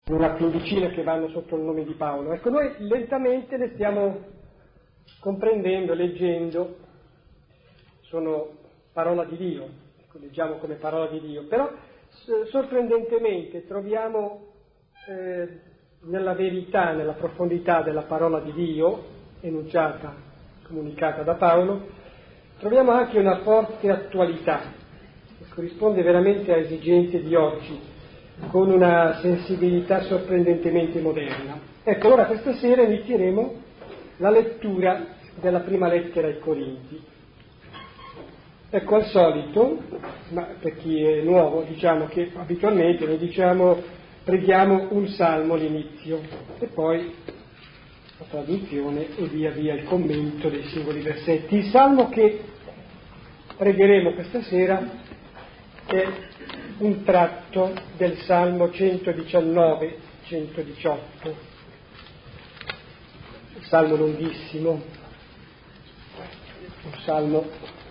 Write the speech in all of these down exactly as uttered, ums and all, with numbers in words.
una quindicina che vanno sotto il nome di Paolo. Ecco, noi lentamente le stiamo comprendendo, leggendo, sono parola di Dio, ecco, leggiamo come parola di Dio, però sorprendentemente troviamo eh, nella verità, nella profondità della parola di Dio, enunciata, comunicata da Paolo, troviamo anche una forte attualità, che corrisponde veramente a esigenze di oggi, con una sensibilità sorprendentemente moderna. Ecco, ora questa sera inizieremo la lettura della prima lettera ai Corinti. Ecco, al solito, ma per chi è nuovo, diciamo che abitualmente noi diciamo, preghiamo un salmo all'inizio e poi la traduzione e via via il commento dei singoli versetti. Il salmo che pregheremo questa sera è un tratto del Salmo centodiciannove centodiciotto, un salmo lunghissimo, un salmo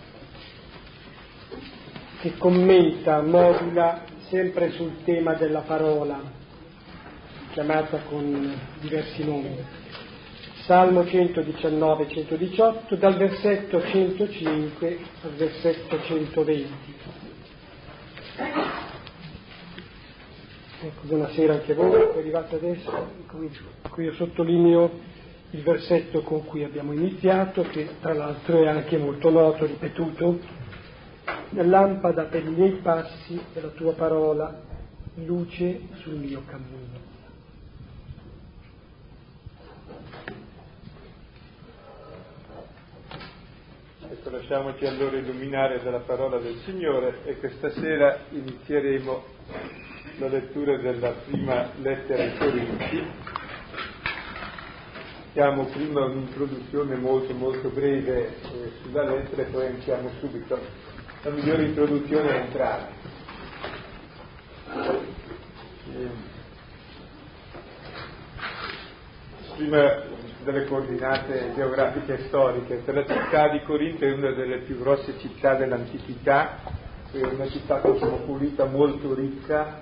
che commenta, modula sempre sul tema della parola, chiamata con diversi nomi. Salmo centodiciannove centodiciotto, dal versetto centocinque al versetto centoventi. Ecco, buonasera anche a voi, che arrivate adesso. Qui io sottolineo il versetto con cui abbiamo iniziato, che tra l'altro è anche molto noto, ripetuto: lampada per i miei passi è la tua parola, luce sul mio cammino. Ecco, lasciamoci allora illuminare dalla parola del Signore e questa sera inizieremo la lettura della prima lettera ai Corinti. Diamo prima un'introduzione molto molto breve eh, sulla lettera e poi iniziamo subito. La migliore introduzione è entrare. Eh, prima delle coordinate geografiche e storiche, per la città di Corinto è una delle più grosse città dell'antichità, è una città cosmopolita molto ricca,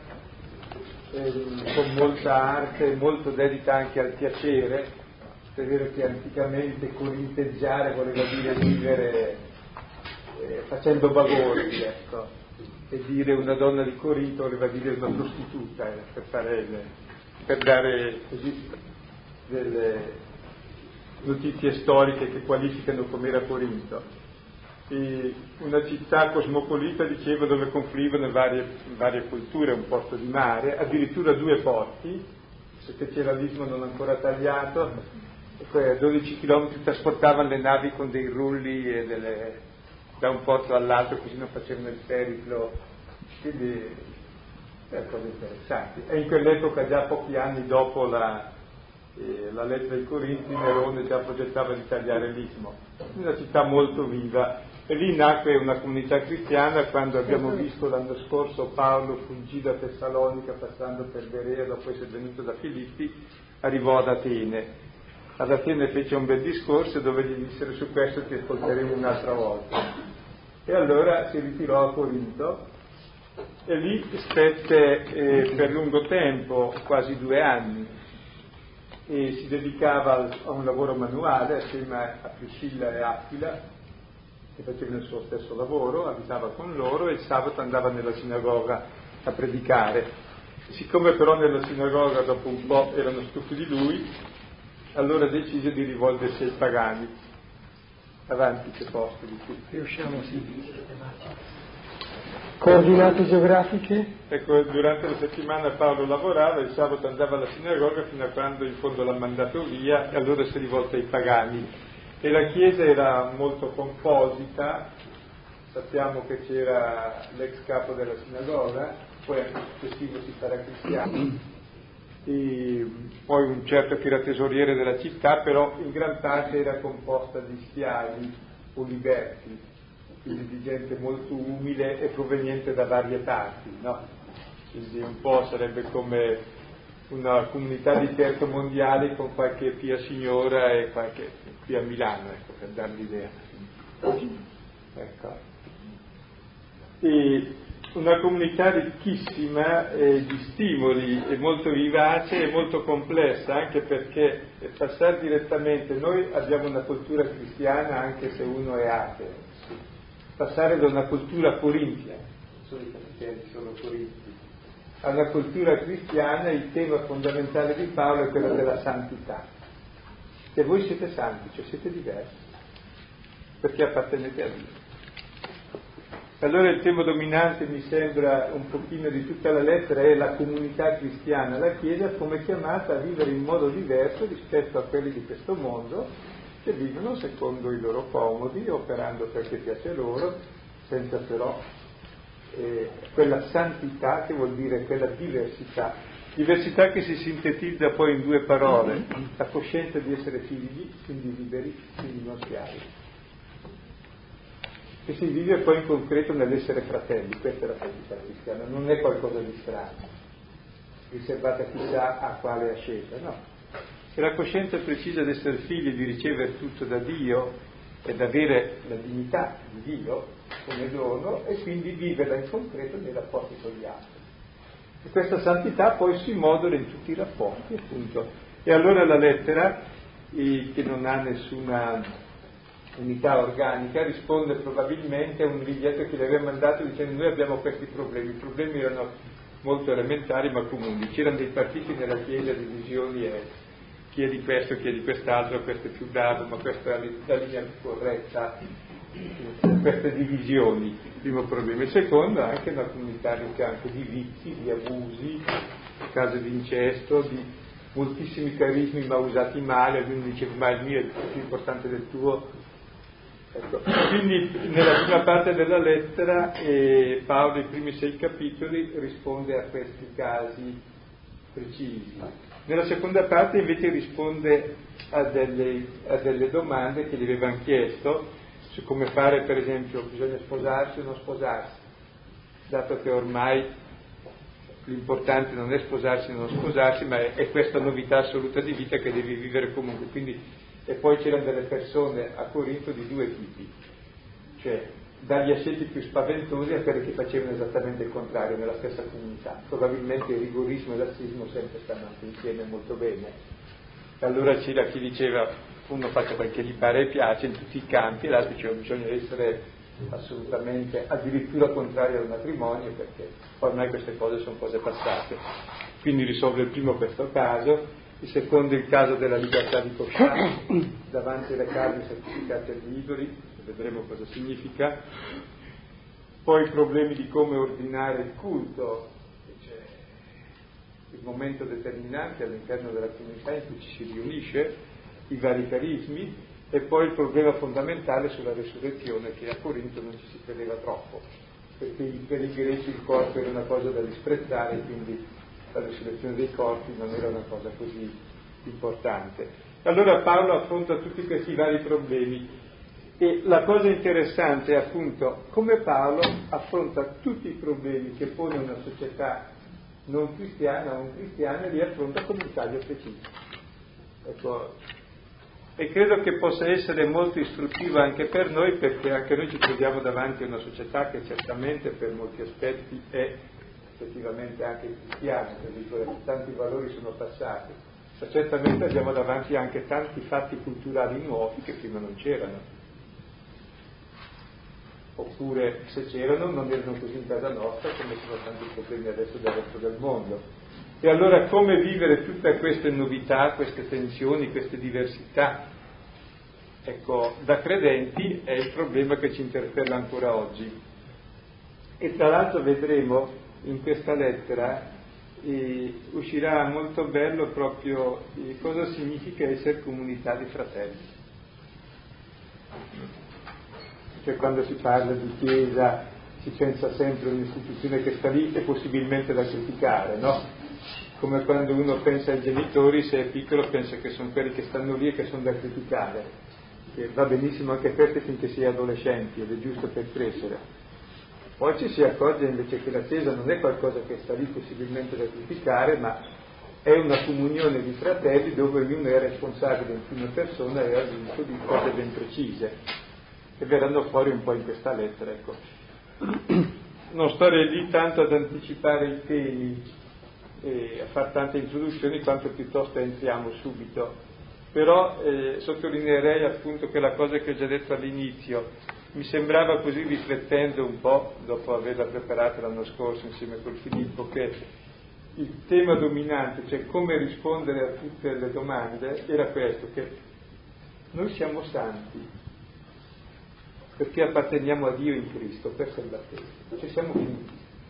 ehm, con molta arte, molto dedita anche al piacere. È vero che anticamente corinteggiare voleva dire vivere eh, facendo bagordi, ecco, e dire una donna di Corinto voleva dire una prostituta, eh, per, fare, per dare così delle notizie storiche che qualificano com'era Corinto. E una città cosmopolita, dicevo, dove confluivano varie, varie culture, un porto di mare, addirittura due porti, perché c'era l'istmo non ancora tagliato, e poi a dodici chilometri trasportavano le navi con dei rulli e delle, da un porto all'altro, così non facevano il pericolo, quindi è cose interessanti. E in quell'epoca, già pochi anni dopo la E la lettera ai Corinti, Nerone già progettava di tagliare l'istmo. Una città molto viva, e lì nacque una comunità cristiana. Quando abbiamo visto l'anno scorso Paolo fuggì da Tessalonica passando per Berea, dopo essere venuto da Filippi, arrivò ad Atene. Ad Atene fece un bel discorso dove gli dissero: su questo ti ascolteremo un'altra volta. E allora si ritirò a Corinto e lì stette eh, per lungo tempo, quasi due anni, e si dedicava a un lavoro manuale assieme a Priscilla e Aquila, che facevano il suo stesso lavoro, abitava con loro e il sabato andava nella sinagoga a predicare. Siccome però nella sinagoga dopo un po' erano stufi di lui, allora decise di rivolgersi ai pagani. Avanti, c'è posto di qui. Riusciamo sì. Coordinate geografiche? Ecco, durante la settimana Paolo lavorava, il sabato andava alla sinagoga fino a quando in fondo l'ha mandato via, e allora si è rivolto ai pagani. E la chiesa era molto composita, sappiamo che c'era l'ex capo della sinagoga, poi anche successivo si farà cristiano, e poi un certo che era tesoriere della città, però in gran parte era composta di schiavi o liberti, quindi di gente molto umile e proveniente da varie parti, no? Quindi un po' sarebbe come una comunità di terzo mondiale con qualche pia signora e qualche qui a Milano, ecco, per darvi l'idea. Ecco. E una comunità ricchissima eh, di stimoli e molto vivace e molto complessa, anche perché passare direttamente, noi abbiamo una cultura cristiana anche se uno è ateo, passare da una cultura corintia, non sono i cristiani solo corinti, a una cultura cristiana, il tema fondamentale di Paolo è quello della santità, che voi siete santi, cioè siete diversi, perché appartenete a Dio. Allora il tema dominante, mi sembra, un pochino di tutta la lettera è la comunità cristiana, la Chiesa come chiamata a vivere in modo diverso rispetto a quelli di questo mondo, che vivono secondo i loro comodi, operando perché piace loro, senza però eh, quella santità, che vuol dire quella diversità. Diversità che si sintetizza poi in due parole: la coscienza di essere figli, quindi liberi, quindi non schiavi. E si vive poi in concreto nell'essere fratelli, questa è la santità cristiana, non è qualcosa di strano, riservata chissà a quale ascesa, no. Se la coscienza precisa di essere figli, di ricevere tutto da Dio ed avere la dignità di Dio come dono, e quindi viverla in concreto nei rapporti con gli altri. E questa santità poi si modula in tutti i rapporti, appunto. E allora la lettera, eh, che non ha nessuna unità organica, risponde probabilmente a un biglietto che le aveva mandato dicendo: noi abbiamo questi problemi. I problemi erano molto elementari ma comuni, c'erano dei partiti nella Chiesa, divisioni, e chi è di questo, chi è di quest'altro, questo è più bravo, ma questa è la linea più corretta, queste divisioni, il primo problema. Il secondo, anche una comunità ricca anche di vizi, di abusi, casi di incesto, di moltissimi carismi ma usati male, quindi diceva: ma il mio è più importante del tuo. Ecco. Quindi nella prima parte della lettera eh, Paolo, i primi sei capitoli, risponde a questi casi precisi. Nella seconda parte invece risponde a delle, a delle domande che gli avevano chiesto su come fare, per esempio, bisogna sposarsi o non sposarsi, dato che ormai l'importante non è sposarsi o non sposarsi, ma è, è questa novità assoluta di vita che devi vivere comunque. Quindi, e poi c'erano delle persone a Corinto di due tipi, cioè dagli asceti più spaventosi a quelli che facevano esattamente il contrario nella stessa comunità. Probabilmente il rigorismo e l'assismo sempre stanno insieme molto bene. E allora c'era chi diceva: uno faccia quel che gli pare e piace in tutti i campi, e l'altro diceva: bisogna essere assolutamente addirittura contrario al matrimonio, perché ormai queste cose sono cose passate. Quindi risolve il primo questo caso, il secondo il caso della libertà di coscienza davanti alle case certificate agli idoli, vedremo cosa significa. Poi i problemi di come ordinare il culto, cioè il momento determinante all'interno della comunità in cui ci si riunisce, i vari carismi, e poi il problema fondamentale sulla resurrezione, che a Corinto non ci si credeva troppo, perché per i greci il corpo era una cosa da disprezzare, quindi la resurrezione dei corpi non era una cosa così importante. Allora Paolo affronta tutti questi vari problemi, e la cosa interessante è appunto come Paolo affronta tutti i problemi che pone una società non cristiana o un cristiano, e li affronta con un taglio preciso. Ecco, e credo che possa essere molto istruttivo anche per noi, perché anche noi ci troviamo davanti a una società che certamente per molti aspetti è effettivamente anche cristiana, perché tanti valori sono passati, ma certamente abbiamo davanti anche tanti fatti culturali nuovi che prima non c'erano, oppure se c'erano non erano così in casa nostra come sono tanti problemi adesso del resto del mondo. E allora come vivere tutte queste novità, queste tensioni, queste diversità? Ecco, da credenti è il problema che ci interpella ancora oggi. E tra l'altro vedremo in questa lettera eh, uscirà molto bello proprio eh, cosa significa essere comunità di fratelli. Cioè quando si parla di chiesa si pensa sempre a un'istituzione che sta lì e possibilmente da criticare, no? Come quando uno pensa ai genitori, se è piccolo pensa che sono quelli che stanno lì e che sono da criticare, che va benissimo anche questo finché si è adolescenti ed è giusto per crescere. Poi ci si accorge invece che la Chiesa non è qualcosa che sta lì possibilmente da criticare, ma è una comunione di fratelli dove ognuno è responsabile in prima persona e adulto di cose ben precise, che verranno fuori un po' in questa lettera. Ecco. non stare lì tanto ad anticipare i temi e a fare tante introduzioni quanto piuttosto entriamo subito. Però eh, sottolineerei appunto quella cosa che ho già detto all'inizio. Mi sembrava così, riflettendo un po', dopo averla preparata l'anno scorso insieme col Filippo, che il tema dominante, cioè come rispondere a tutte le domande, era questo, che noi siamo santi perché apparteniamo a Dio in Cristo, questa è la fede, cioè siamo finiti.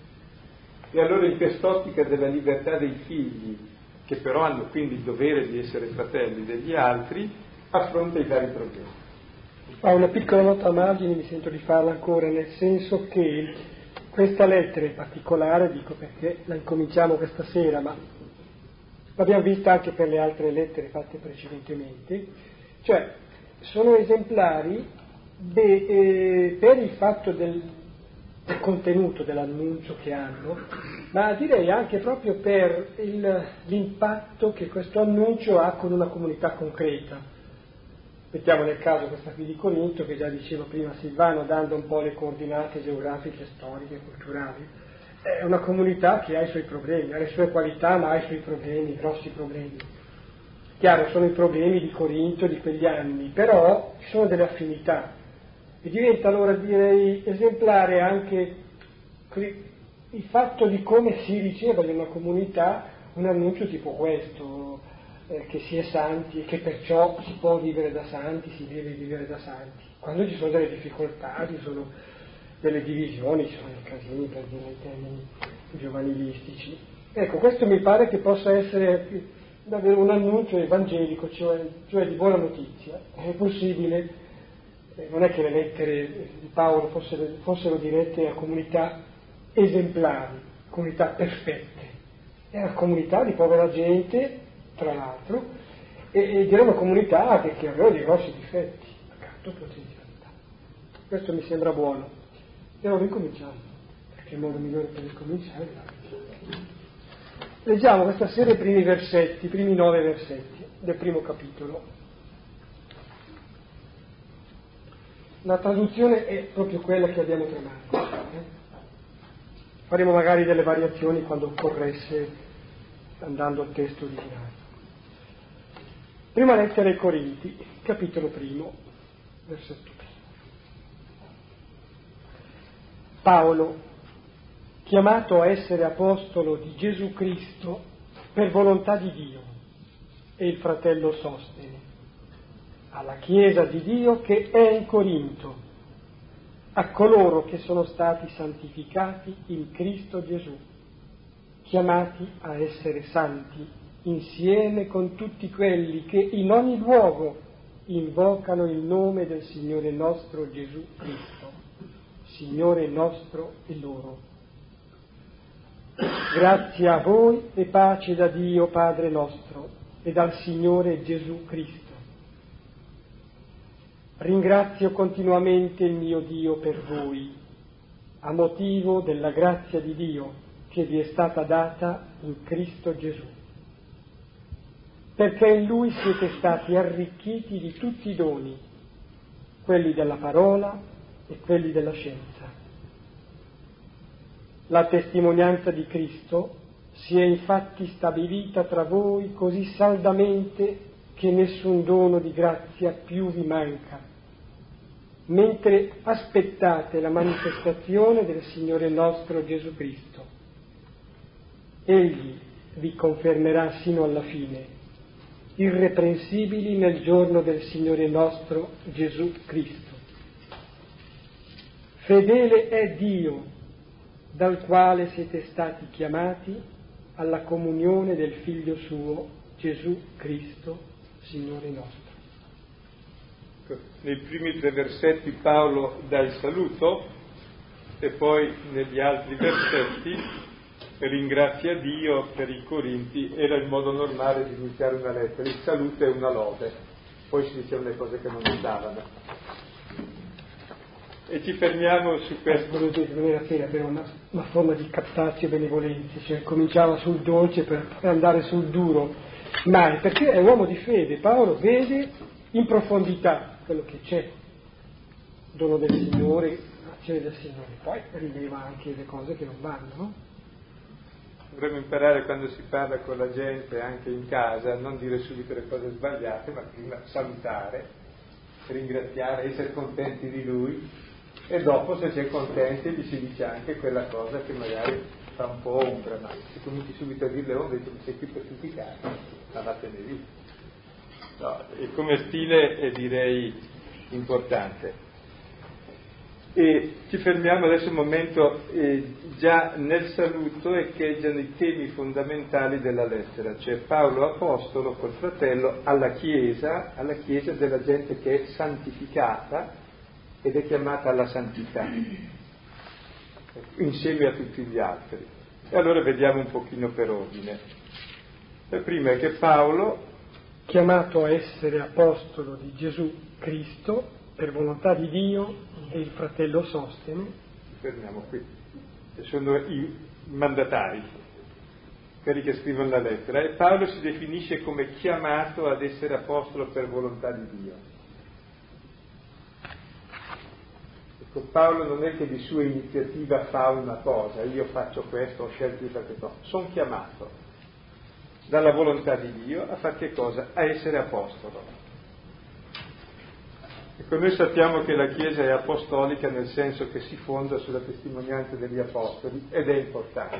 E allora in quest'ottica della libertà dei figli, che però hanno quindi il dovere di essere fratelli degli altri, affronta i vari problemi. Ho una piccola nota a margine, mi sento di farla ancora, nel senso che questa lettera in particolare, dico perché la incominciamo questa sera, ma l'abbiamo vista anche per le altre lettere fatte precedentemente, cioè sono esemplari de, eh, per il fatto del, del contenuto dell'annuncio che hanno, ma direi anche proprio per il, l'impatto che questo annuncio ha con una comunità concreta. Mettiamo nel caso questa qui di Corinto, che già diceva prima Silvano, dando un po' le coordinate geografiche, storiche, culturali. È una comunità che ha i suoi problemi, ha le sue qualità, ma ha i suoi problemi, grossi problemi. Chiaro, sono i problemi di Corinto di quegli anni, però ci sono delle affinità. E diventa allora, direi, esemplare anche il fatto di come si riceve in una comunità un annuncio tipo questo, eh, che si è santi e che perciò si può vivere da santi, si deve vivere da santi. Quando ci sono delle difficoltà, ci sono delle divisioni, ci sono dei casini per dire i temi giovanilistici. Ecco, questo mi pare che possa essere davvero un annuncio evangelico, cioè, cioè di buona notizia. È possibile, eh, non è che le lettere di Paolo fossero, fossero dirette a comunità esemplari, comunità perfette, è una comunità di povera gente, tra l'altro, e, e direi una comunità che, che aveva dei grossi difetti, accanto a potenzialità. Questo mi sembra buono. E allora ricominciamo, perché il modo migliore per ricominciare è la Leggiamo questa sera i primi versetti, i primi nove versetti del primo capitolo. La traduzione è proprio quella che abbiamo tremato. Eh? Faremo magari delle variazioni quando occorresse, andando al testo originale. Prima lettera ai Corinti, capitolo primo, versetto primo. Paolo, chiamato a essere apostolo di Gesù Cristo per volontà di Dio, e il fratello Sostene, alla Chiesa di Dio che è in Corinto, a coloro che sono stati santificati in Cristo Gesù, chiamati a essere santi insieme con tutti quelli che in ogni luogo invocano il nome del Signore nostro Gesù Cristo, Signore nostro e loro. Grazie a voi e pace da Dio Padre nostro e dal Signore Gesù Cristo. Ringrazio continuamente il mio Dio per voi, a motivo della grazia di Dio che vi è stata data in Cristo Gesù, perché in Lui siete stati arricchiti di tutti i doni, quelli della parola e quelli della scienza. La testimonianza di Cristo si è infatti stabilita tra voi così saldamente che nessun dono di grazia più vi manca, mentre aspettate la manifestazione del Signore nostro Gesù Cristo. Egli vi confermerà sino alla fine, irreprensibili nel giorno del Signore nostro Gesù Cristo. Fedele è Dio, dal quale siete stati chiamati alla comunione del Figlio suo, Gesù Cristo, Signore nostro. Nei primi tre versetti Paolo dà il saluto e poi negli altri versetti ringrazia Dio per i Corinti. Era il modo normale di iniziare una lettera, il saluto è una lode, poi si dicevano le cose che non andavano. E ci fermiamo su questo. Volevo dire che non era appena per una, una forma di captatio benevolenza, cioè cominciava sul dolce per andare sul duro, mai, perché è un uomo di fede. Paolo vede in profondità quello che c'è, dono del Signore, dell'azione del Signore, poi rileva anche le cose che non vanno, no? Dovremmo imparare quando si parla con la gente, anche in casa, a non dire subito le cose sbagliate, ma prima salutare, ringraziare, essere contenti di lui, e dopo, se si è contenti, gli si dice anche quella cosa che magari fa un po' ombra, ma se cominci subito a dire le ombre, dici, sei qui per criticare, ma vattene via. No, e come stile è, direi, importante. E ci fermiamo adesso un momento, eh, già nel saluto echeggiano i temi fondamentali della lettera, cioè Paolo apostolo col fratello alla Chiesa, alla Chiesa della gente che è santificata ed è chiamata alla santità, insieme a tutti gli altri. E allora vediamo un pochino per ordine. La prima è che Paolo, chiamato a essere apostolo di Gesù Cristo, per volontà di Dio, e il fratello Sostene. Fermiamo qui, che sono i mandatari, quelli che scrivono la lettera, e Paolo si definisce come chiamato ad essere apostolo per volontà di Dio. Ecco, Paolo non è che di sua iniziativa fa una cosa, io faccio questo, ho scelto di fare questo, sono chiamato dalla volontà di Dio a fare che cosa? A essere apostolo. Ecco, noi sappiamo che la Chiesa è apostolica nel senso che si fonda sulla testimonianza degli apostoli, ed è importante,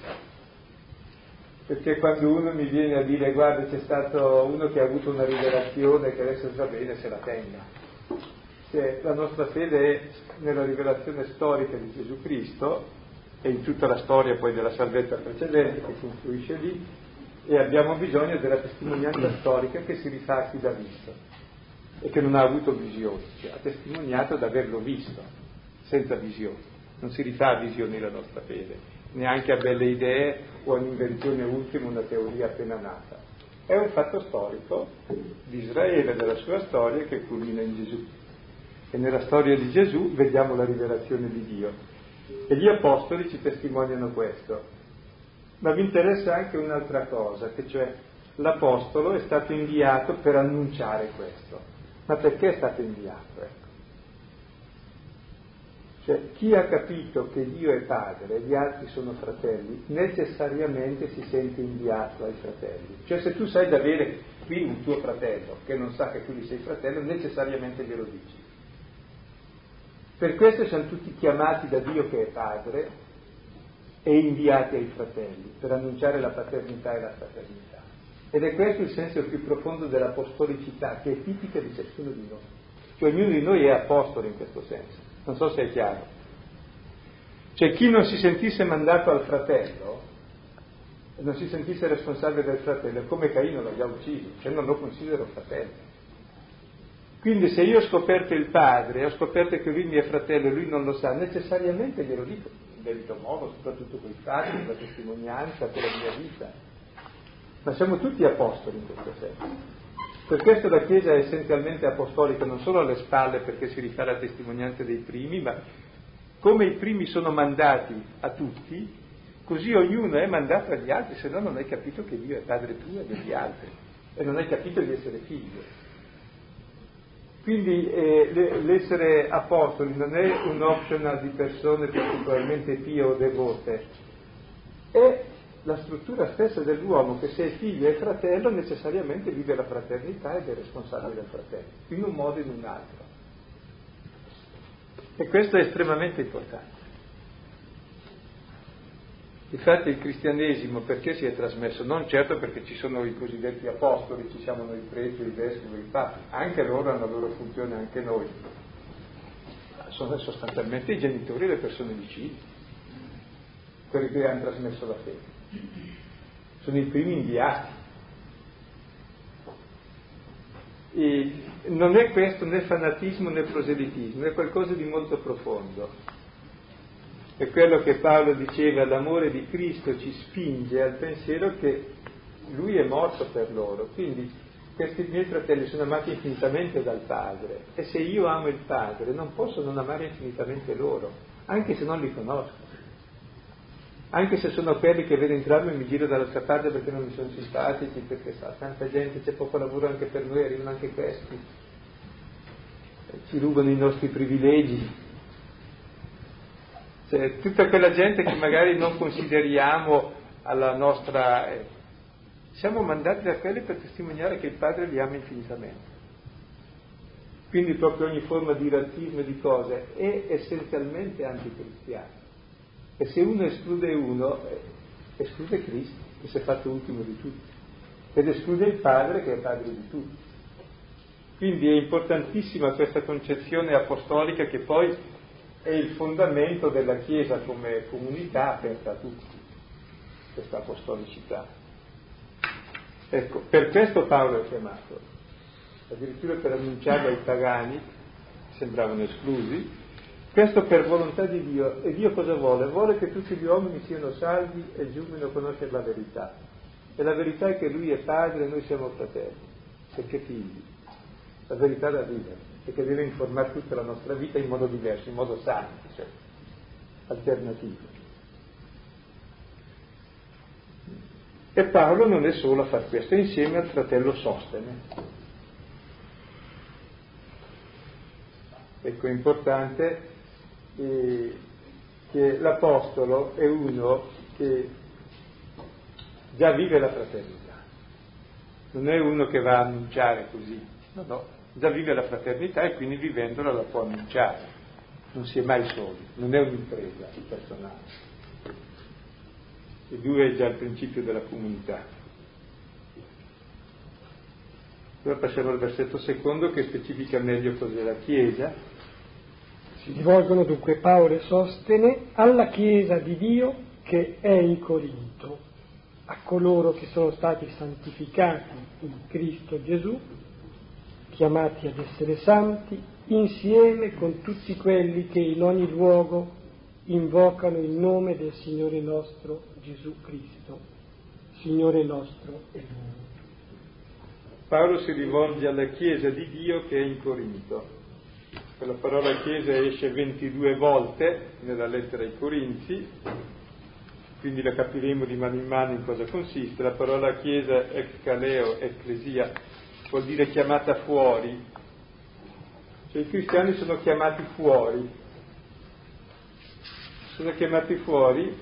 perché quando uno mi viene a dire guarda c'è stato uno che ha avuto una rivelazione che adesso va bene, se la tenga, cioè, la nostra fede è nella rivelazione storica di Gesù Cristo e in tutta la storia poi della salvezza precedente che si influisce lì, e abbiamo bisogno della testimonianza storica che si rifà a chi l'ha visto e che non ha avuto visioni, cioè ha testimoniato di averlo visto, senza visioni. Non si rifà a visioni la nostra fede, neanche a belle idee o a un'invenzione ultima, una teoria appena nata. È un fatto storico di Israele, della sua storia, che culmina in Gesù. E nella storia di Gesù vediamo la rivelazione di Dio. E gli apostoli ci testimoniano questo. Ma vi interessa anche un'altra cosa, che cioè l'apostolo è stato inviato per annunciare questo. Ma perché è stato inviato? Ecco. Cioè, chi ha capito che Dio è padre e gli altri sono fratelli, necessariamente si sente inviato ai fratelli. Cioè, se tu sai di avere qui un tuo fratello che non sa che tu gli sei fratello, necessariamente glielo dici. Per questo siamo tutti chiamati da Dio che è padre e inviati ai fratelli, per annunciare la paternità e la fraternità. Ed è questo il senso più profondo dell'apostolicità, che è tipica di ciascuno di noi. Cioè ognuno di noi è apostolo in questo senso, non so se è chiaro. Cioè chi non si sentisse mandato al fratello, non si sentisse responsabile del fratello, è come Caino l'ha già ucciso, cioè non lo considero fratello. Quindi se io ho scoperto il padre, ho scoperto che lui mi è fratello e lui non lo sa, necessariamente glielo dico, in debito modo, soprattutto con i fatti, con la testimonianza, con la mia vita. Ma siamo tutti apostoli in questo senso. Per questo la Chiesa è essenzialmente apostolica, non solo alle spalle perché si rifà la testimonianza dei primi, ma come i primi sono mandati a tutti, così ognuno è mandato agli altri, se no non hai capito che Dio è padre tuo e degli altri, e non hai capito di essere figlio. Quindi eh, l'essere apostoli non è un optional di persone particolarmente pie o devote, è la struttura stessa dell'uomo che se è figlio e fratello necessariamente vive la fraternità ed è responsabile del fratello, in un modo o in un altro. E questo è estremamente importante. Infatti il cristianesimo perché si è trasmesso? Non certo perché ci sono i cosiddetti apostoli, ci siamo noi preti, i vescovi, i papi, anche loro hanno la loro funzione, anche noi. Sono sostanzialmente i genitori e le persone vicine, quelli che hanno trasmesso la fede. Sono i primi inviati. E non è questo né fanatismo né proselitismo, è qualcosa di molto profondo. È quello che Paolo diceva, l'amore di Cristo ci spinge al pensiero che Lui è morto per loro, quindi questi miei fratelli sono amati infinitamente dal Padre, e se io amo il Padre non posso non amare infinitamente loro, anche se non li conosco, anche se sono quelli che vedo entrarmi e mi giro dall'altra parte perché non mi sono simpatici, perché sa, tanta gente, c'è poco lavoro anche per noi, arrivano anche questi, ci rubano i nostri privilegi. Cioè, tutta quella gente che magari non consideriamo alla nostra... Eh, siamo mandati da quelli per testimoniare che il Padre li ama infinitamente. Quindi proprio ogni forma di razzismo e di cose è essenzialmente anticristiana. E se uno esclude uno, eh, esclude Cristo, che si è fatto ultimo di tutti, ed esclude il Padre, che è Padre di tutti. Quindi è importantissima questa concezione apostolica, che poi è il fondamento della Chiesa come comunità aperta a tutti, questa apostolicità. Ecco, per questo Paolo è chiamato, addirittura per annunciarlo ai pagani, che sembravano esclusi, questo per volontà di Dio. E Dio cosa vuole? Vuole che tutti gli uomini siano salvi e giungano a conoscere la verità. E la verità è che Lui è Padre e noi siamo fratelli, perché figli. La verità da vivere, e che deve informare tutta la nostra vita in modo diverso, in modo santo, cioè alternativo. E Paolo non è solo a far questo, è insieme al fratello Sostene. Ecco, è importante eh, che l'Apostolo è uno che già vive la fraternità, non è uno che va a annunciare così, no, no, già vive la fraternità e quindi vivendola la può annunciare, non si è mai soli, non è un'impresa personale. E due è già il principio della comunità. Ora passiamo al versetto secondo, che specifica meglio cos'è la Chiesa. Si rivolgono dunque Paolo e Sostene alla Chiesa di Dio che è in Corinto, a coloro che sono stati santificati in Cristo Gesù, chiamati ad essere santi, insieme con tutti quelli che in ogni luogo invocano il nome del Signore nostro Gesù Cristo, Signore nostro e Dio. Paolo si rivolge alla Chiesa di Dio che è in Corinto. La parola Chiesa esce ventidue volte nella lettera ai Corinzi, quindi la capiremo di mano in mano in cosa consiste. La parola Chiesa, ekkaleo, ecclesia, vuol dire chiamata fuori. Cioè i cristiani sono chiamati fuori. Sono chiamati fuori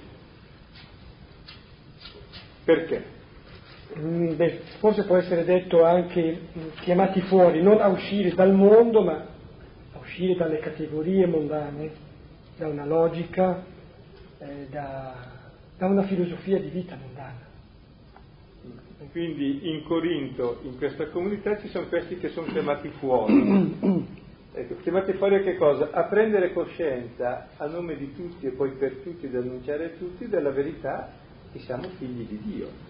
perché? Beh, forse può essere detto anche chiamati fuori, non a uscire dal mondo, ma a uscire dalle categorie mondane, da una logica, eh, da, da una filosofia di vita mondana. Quindi in Corinto, in questa comunità, ci sono questi che sono chiamati fuori. Ecco, chiamati fuori a che cosa? A prendere coscienza a nome di tutti e poi per tutti, ad annunciare a tutti della verità che siamo figli di Dio.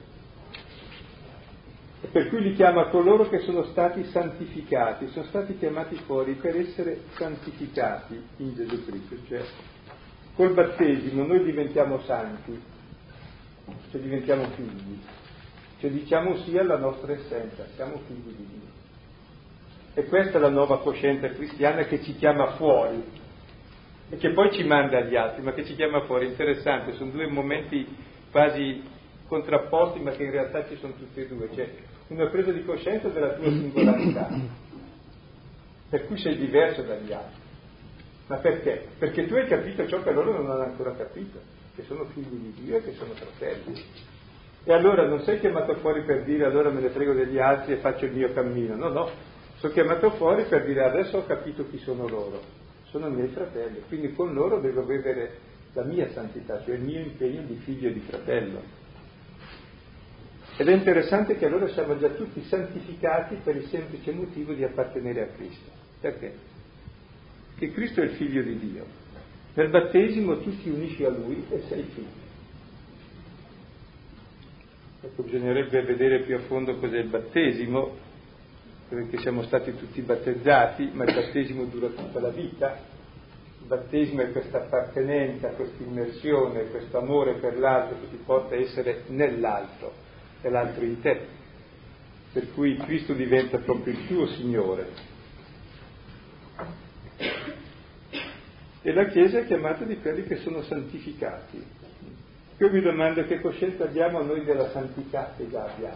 E per cui li chiama coloro che sono stati santificati, sono stati chiamati fuori per essere santificati in Gesù Cristo, cioè col battesimo noi diventiamo santi, cioè diventiamo figli, cioè diciamo sì alla nostra essenza, siamo figli di Dio. E questa è la nuova coscienza cristiana che ci chiama fuori e che poi ci manda agli altri, ma che ci chiama fuori. Interessante, sono due momenti quasi contrapposti, ma che in realtà ci sono tutti e due. Cioè una presa di coscienza della tua singolarità, per cui sei diverso dagli altri. Ma perché? Perché tu hai capito ciò che loro non hanno ancora capito, che sono figli di Dio e che sono fratelli. E allora non sei chiamato fuori per dire allora me ne frego degli altri e faccio il mio cammino, no, no, sono chiamato fuori per dire adesso ho capito chi sono loro, sono i miei fratelli, quindi con loro devo vivere la mia santità, cioè il mio impegno di figlio e di fratello. Ed è interessante che allora siamo già tutti santificati per il semplice motivo di appartenere a Cristo. Perché? Che Cristo è il figlio di Dio. Nel battesimo tu ti unisci a Lui e sei figlio. Ecco, bisognerebbe vedere più a fondo cos'è il battesimo, perché siamo stati tutti battezzati, ma il battesimo dura tutta la vita. Il battesimo è questa appartenenza, questa immersione, questo amore per l'altro che ti porta a essere nell'altro e l'altro in te, per cui Cristo diventa proprio il tuo Signore. E la Chiesa è chiamata di quelli che sono santificati. Io mi domando che coscienza abbiamo noi della santità che già abbiamo.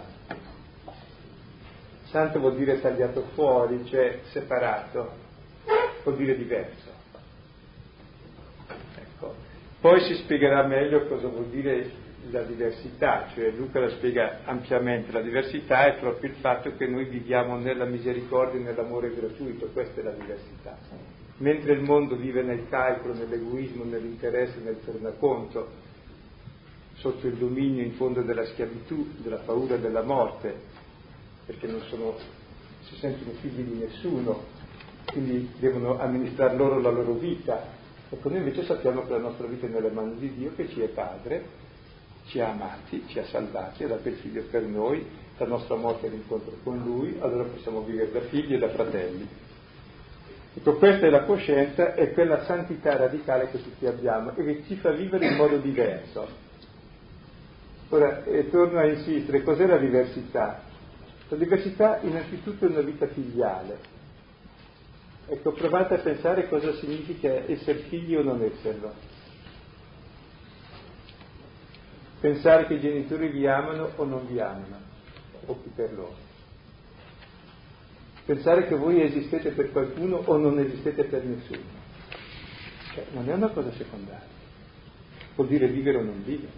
Santo vuol dire tagliato fuori, cioè separato, vuol dire diverso. Ecco. Poi si spiegherà meglio cosa vuol dire la diversità, cioè Luca la spiega ampiamente. La diversità è proprio il fatto che noi viviamo nella misericordia e nell'amore gratuito, questa è la diversità. Mentre il mondo vive nel calcolo, nell'egoismo, nell'interesse, nel tornaconto, sotto il dominio in fondo della schiavitù, della paura della morte, perché non sono, si sentono figli di nessuno, quindi devono amministrare loro la loro vita. Ecco, noi invece sappiamo che la nostra vita è nelle mani di Dio, che ci è Padre, ci ha amati, ci ha salvati, ha dato il Figlio per noi, la nostra morte è l'incontro con Lui, allora possiamo vivere da figli e da fratelli. Ecco, questa è la coscienza, è quella santità radicale che tutti abbiamo e che ci fa vivere in modo diverso. Ora, eh, torno a insistere, cos'è la diversità? La diversità innanzitutto è una vita filiale. Ecco, provate a pensare cosa significa essere figli o non esserlo. Pensare che i genitori vi amano o non vi amano, o più per loro. Pensare che voi esistete per qualcuno o non esistete per nessuno. Cioè, non è una cosa secondaria. Vuol dire vivere o non vivere.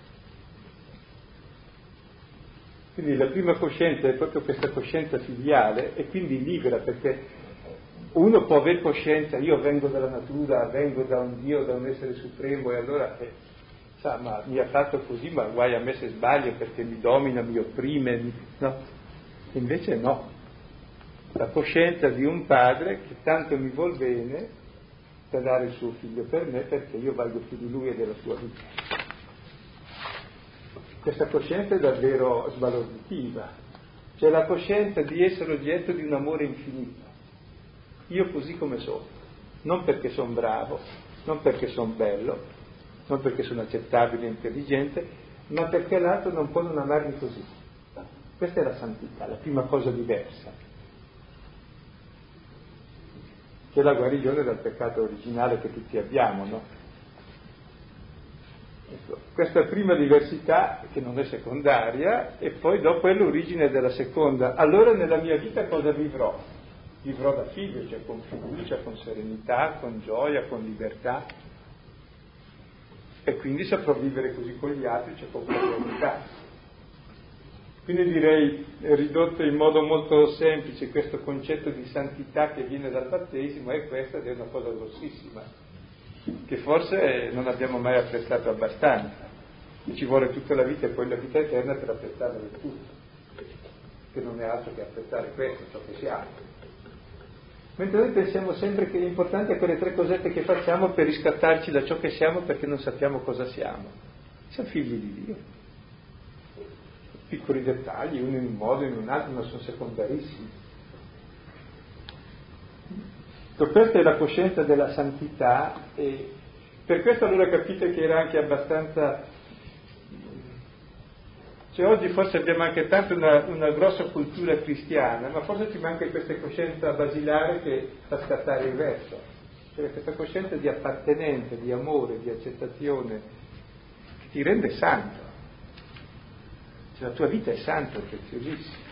Quindi la prima coscienza è proprio questa coscienza filiale e quindi libera, perché uno può aver coscienza, io vengo dalla natura, vengo da un Dio, da un essere supremo e allora... Eh, sa, ma mi ha fatto così, ma guai a me se sbaglio perché mi domina, mi opprime, mi... no, invece no, la coscienza di un padre che tanto mi vuol bene da dare il suo figlio per me perché io valgo più di lui e della sua vita. Questa coscienza è davvero sbalorditiva, cioè la coscienza di essere oggetto di un amore infinito, io così come sono, non perché sono bravo, non perché sono bello, non perché sono accettabile e intelligente, ma perché l'altro non può non amarmi così. Questa è la santità, la prima cosa diversa, che è la guarigione dal peccato originale che tutti abbiamo, no? Ecco, questa prima diversità, che non è secondaria, e poi dopo è l'origine della seconda. Allora nella mia vita cosa vivrò? Vivrò da figlio, cioè con fiducia, con serenità, con gioia, con libertà. E quindi saprò vivere così con gli altri, cioè con qualità. Quindi direi, ridotto in modo molto semplice, questo concetto di santità che viene dal battesimo è questa ed è una cosa grossissima, che forse non abbiamo mai apprezzato abbastanza. Ci vuole tutta la vita e poi la vita eterna per apprezzarla del tutto, che non è altro che apprezzare questo, ciò che siamo. Mentre noi pensiamo sempre che l'importante è quelle tre cosette che facciamo per riscattarci da ciò che siamo perché non sappiamo cosa siamo. Siamo figli di Dio. Piccoli dettagli, uno in un modo e in un altro, ma sono secondarissimi. Questa è la coscienza della santità e per questo allora capite che era anche abbastanza... Cioè oggi forse abbiamo anche tanto una, una grossa cultura cristiana, ma forse ci manca questa coscienza basilare che fa scattare il resto, cioè questa coscienza di appartenenza, di amore, di accettazione, che ti rende santo. Cioè la tua vita è santa, è preziosissima.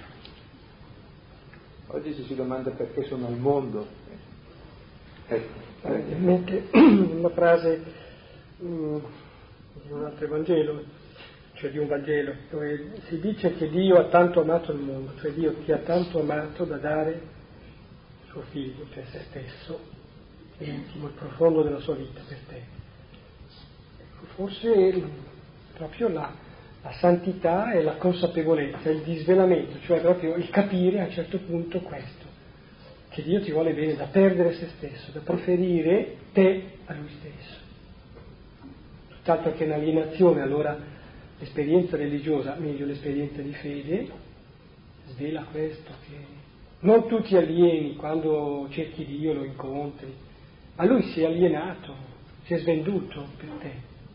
Oggi ci si domanda perché sono al mondo. Ecco. In mente una frase um, di un altro Vangelo, cioè di un Vangelo, dove si dice che Dio ha tanto amato il mondo, cioè Dio ti ha tanto amato da dare suo figlio, cioè se stesso, l'intimo, il profondo della sua vita per te. Ecco, forse proprio la, la santità è la consapevolezza, il disvelamento, cioè proprio il capire a un certo punto questo, che Dio ti vuole bene da perdere se stesso, da preferire te a Lui stesso. Tutt'altro che l'alienazione, allora l'esperienza religiosa, meglio l'esperienza di fede, svela questo, che non tu ti alieni quando cerchi Dio, lo incontri, ma Lui si è alienato, si è svenduto per te.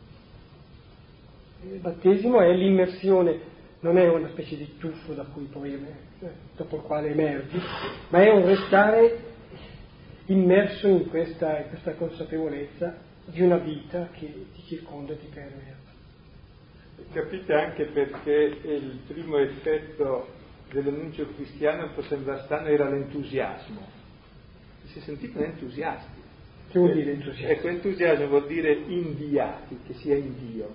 Il battesimo è l'immersione, non è una specie di tuffo da cui poi, dopo il quale emergi, ma è un restare immerso in questa, in questa consapevolezza di una vita che ti circonda e ti permea. Capite anche perché il primo effetto dell'annuncio cristiano, può sembrare strano, era l'entusiasmo. Si sentivano entusiasti. Che vuol dire entusiasmo? Ecco, entusiasmo vuol dire inviati, che sia in Dio.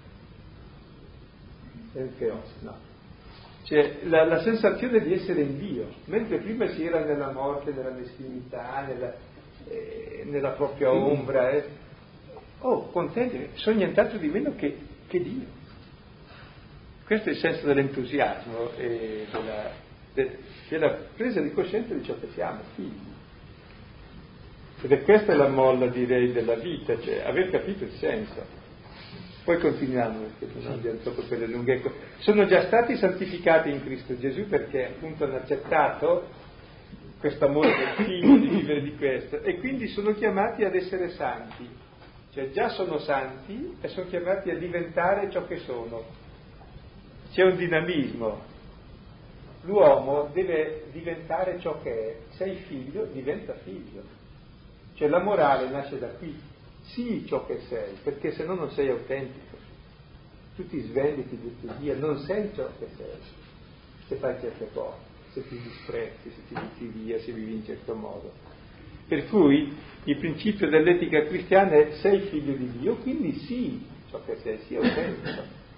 È il Theos, no. Cioè la, la sensazione di essere in Dio, mentre prima si era nella morte, nella messinità, nella, eh, nella propria ombra, eh. oh, contenti, sono nient'altro di meno che, che Dio. Questo è il senso dell'entusiasmo e della, de, della presa di coscienza di ciò che siamo, figli. Ed è questa la molla, direi, della vita, cioè aver capito il senso. Poi continuiamo, perché non andiamo troppo per le lunghe. Sono già stati santificati in Cristo Gesù perché appunto hanno accettato questo amore del Figlio, di vivere di questo, e quindi sono chiamati ad essere santi. Cioè già sono santi e sono chiamati a diventare ciò che sono. C'è un dinamismo. L'uomo deve diventare ciò che è. Sei figlio, diventa figlio. Cioè la morale nasce da qui. Sii ciò che sei, perché se no non sei autentico. Tu ti svegli, ti butti via, non sei ciò che sei se fai certe cose, se ti disprezzi, se ti butti via, se vivi in certo modo. Per cui il principio dell'etica cristiana è: sei figlio di Dio, quindi sii ciò che sei, sii autentico.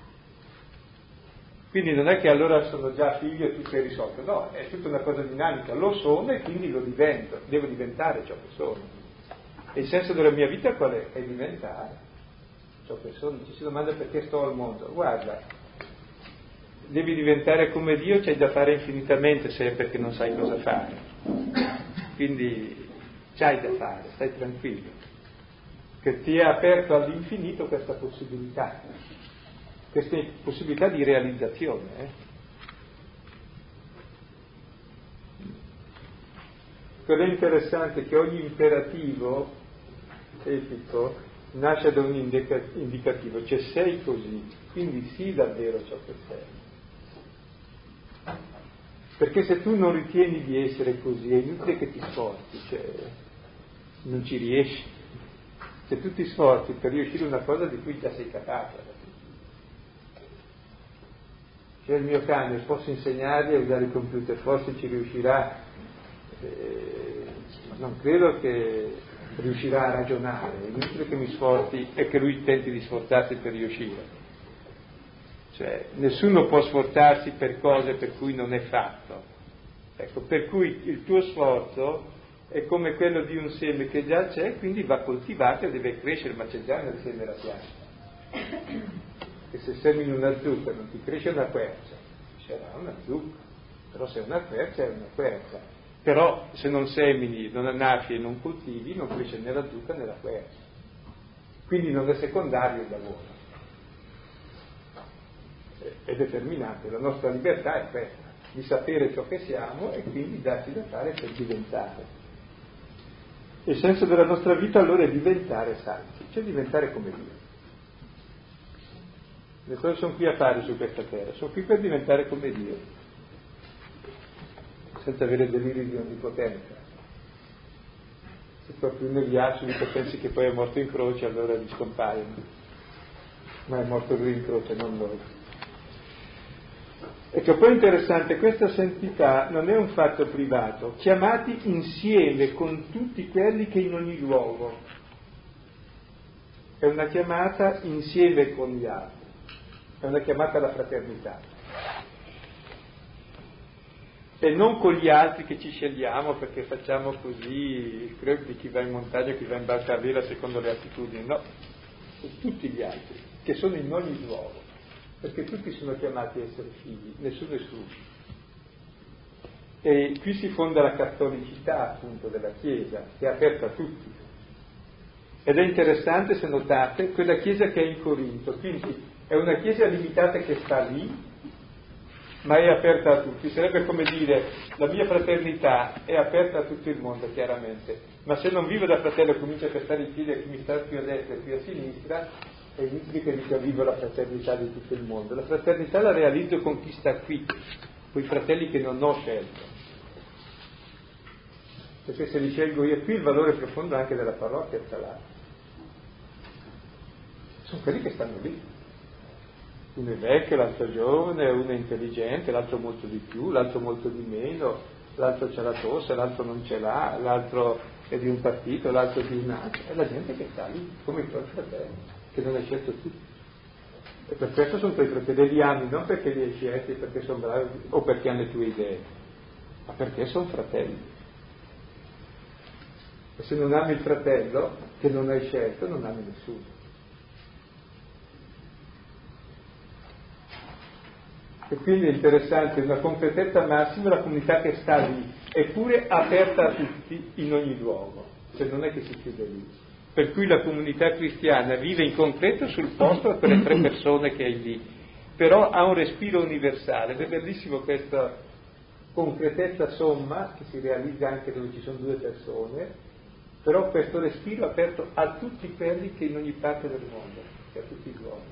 Quindi non è che allora sono già figlio e tutto è risolto, no, è tutta una cosa dinamica, lo sono e quindi lo divento, devo diventare ciò che sono. E il senso della mia vita qual è? È diventare ciò che sono. Ci si domanda perché sto al mondo. Guarda, devi diventare come Dio, c'hai da fare infinitamente se è perché non sai cosa fare. Quindi c'hai da fare, stai tranquillo. Che ti è aperto all'infinito questa possibilità, questa possibilità di realizzazione. Eh? Quello è interessante che ogni imperativo etico nasce da un indica- indicativo, cioè sei così, quindi sii davvero ciò che sei. Perché se tu non ritieni di essere così, è inutile che ti sforzi, cioè non ci riesci. Se tu ti sforzi per riuscire a una cosa di cui già sei capace. Cioè il mio cane, posso insegnargli a usare il computer, forse ci riuscirà, eh, non credo che riuscirà a ragionare, è inutile che mi sforzi e che lui tenti di sforzarsi per riuscire. Cioè, nessuno può sforzarsi per cose per cui non è fatto. Ecco, per cui il tuo sforzo è come quello di un seme che già c'è, quindi va coltivato e deve crescere, ma c'è già nel seme la pianta. E se semini una zucca non ti cresce una quercia, crescerà una zucca, però se è una quercia è una quercia. Però se non semini, non annaffi e non coltivi, non cresce né la zucca né la quercia. Quindi non è secondario il lavoro. È determinante. La nostra libertà è questa, di sapere ciò che siamo e quindi darci da fare per diventare. Il senso della nostra vita allora è diventare santi, cioè diventare come Dio. Le cose sono qui a fare su questa terra, sono qui per diventare come Dio, senza avere deliri di onnipotenza. Se proprio uno li ha subito pensi che poi è morto in croce, allora gli scompaiono. Ma è morto lui in croce, non noi. Ecco, poi interessante, questa santità non è un fatto privato, chiamati insieme con tutti quelli che in ogni luogo. È una chiamata insieme con gli altri, è una chiamata alla fraternità. E non con gli altri che ci scegliamo perché facciamo così il club di chi va in montagna e chi va in barca a vela secondo le attitudini, no, con tutti gli altri che sono in ogni luogo, perché tutti sono chiamati a essere figli, nessuno è escluso. E qui si fonda la cattolicità appunto della Chiesa, che è aperta a tutti. Ed è interessante, se notate, quella Chiesa che è in Corinto, quindi è una Chiesa limitata che sta lì, ma è aperta a tutti. Sarebbe come dire: la mia fraternità è aperta a tutto il mondo, chiaramente, ma se non vivo da fratello e comincio a pestare i piedi a chi mi sta più a destra e più a sinistra, è inutile che dica vivo la fraternità di tutto il mondo. La fraternità la realizzo con chi sta qui, con i fratelli che non ho scelto, perché se li scelgo io qui, il valore profondo anche della parrocchia sta là. Sono quelli che stanno lì. Uno è vecchio, l'altro è giovane, uno è intelligente, l'altro molto di più, l'altro molto di meno, l'altro c'ha la tosse, l'altro non ce l'ha, l'altro è di un partito, l'altro di un altro, è la gente che sta lì, come i tuoi fratelli, che non hai scelto tu. E per questo sono tuoi fratelli, li ami non perché li hai scelti, perché sono bravi o perché hanno le tue idee, ma perché sono fratelli. E se non ami il fratello che non hai scelto, non ami nessuno. E quindi è interessante, una concretezza massima, la comunità che sta lì, eppure aperta a tutti in ogni luogo, cioè non è che si chiude lì. Per cui la comunità cristiana vive in concreto sul posto per le tre persone che hai lì, però ha un respiro universale, ed è bellissimo questa concretezza somma che si realizza anche dove ci sono due persone, però questo respiro aperto a tutti quelli che in ogni parte del mondo, e a tutti gli uomini.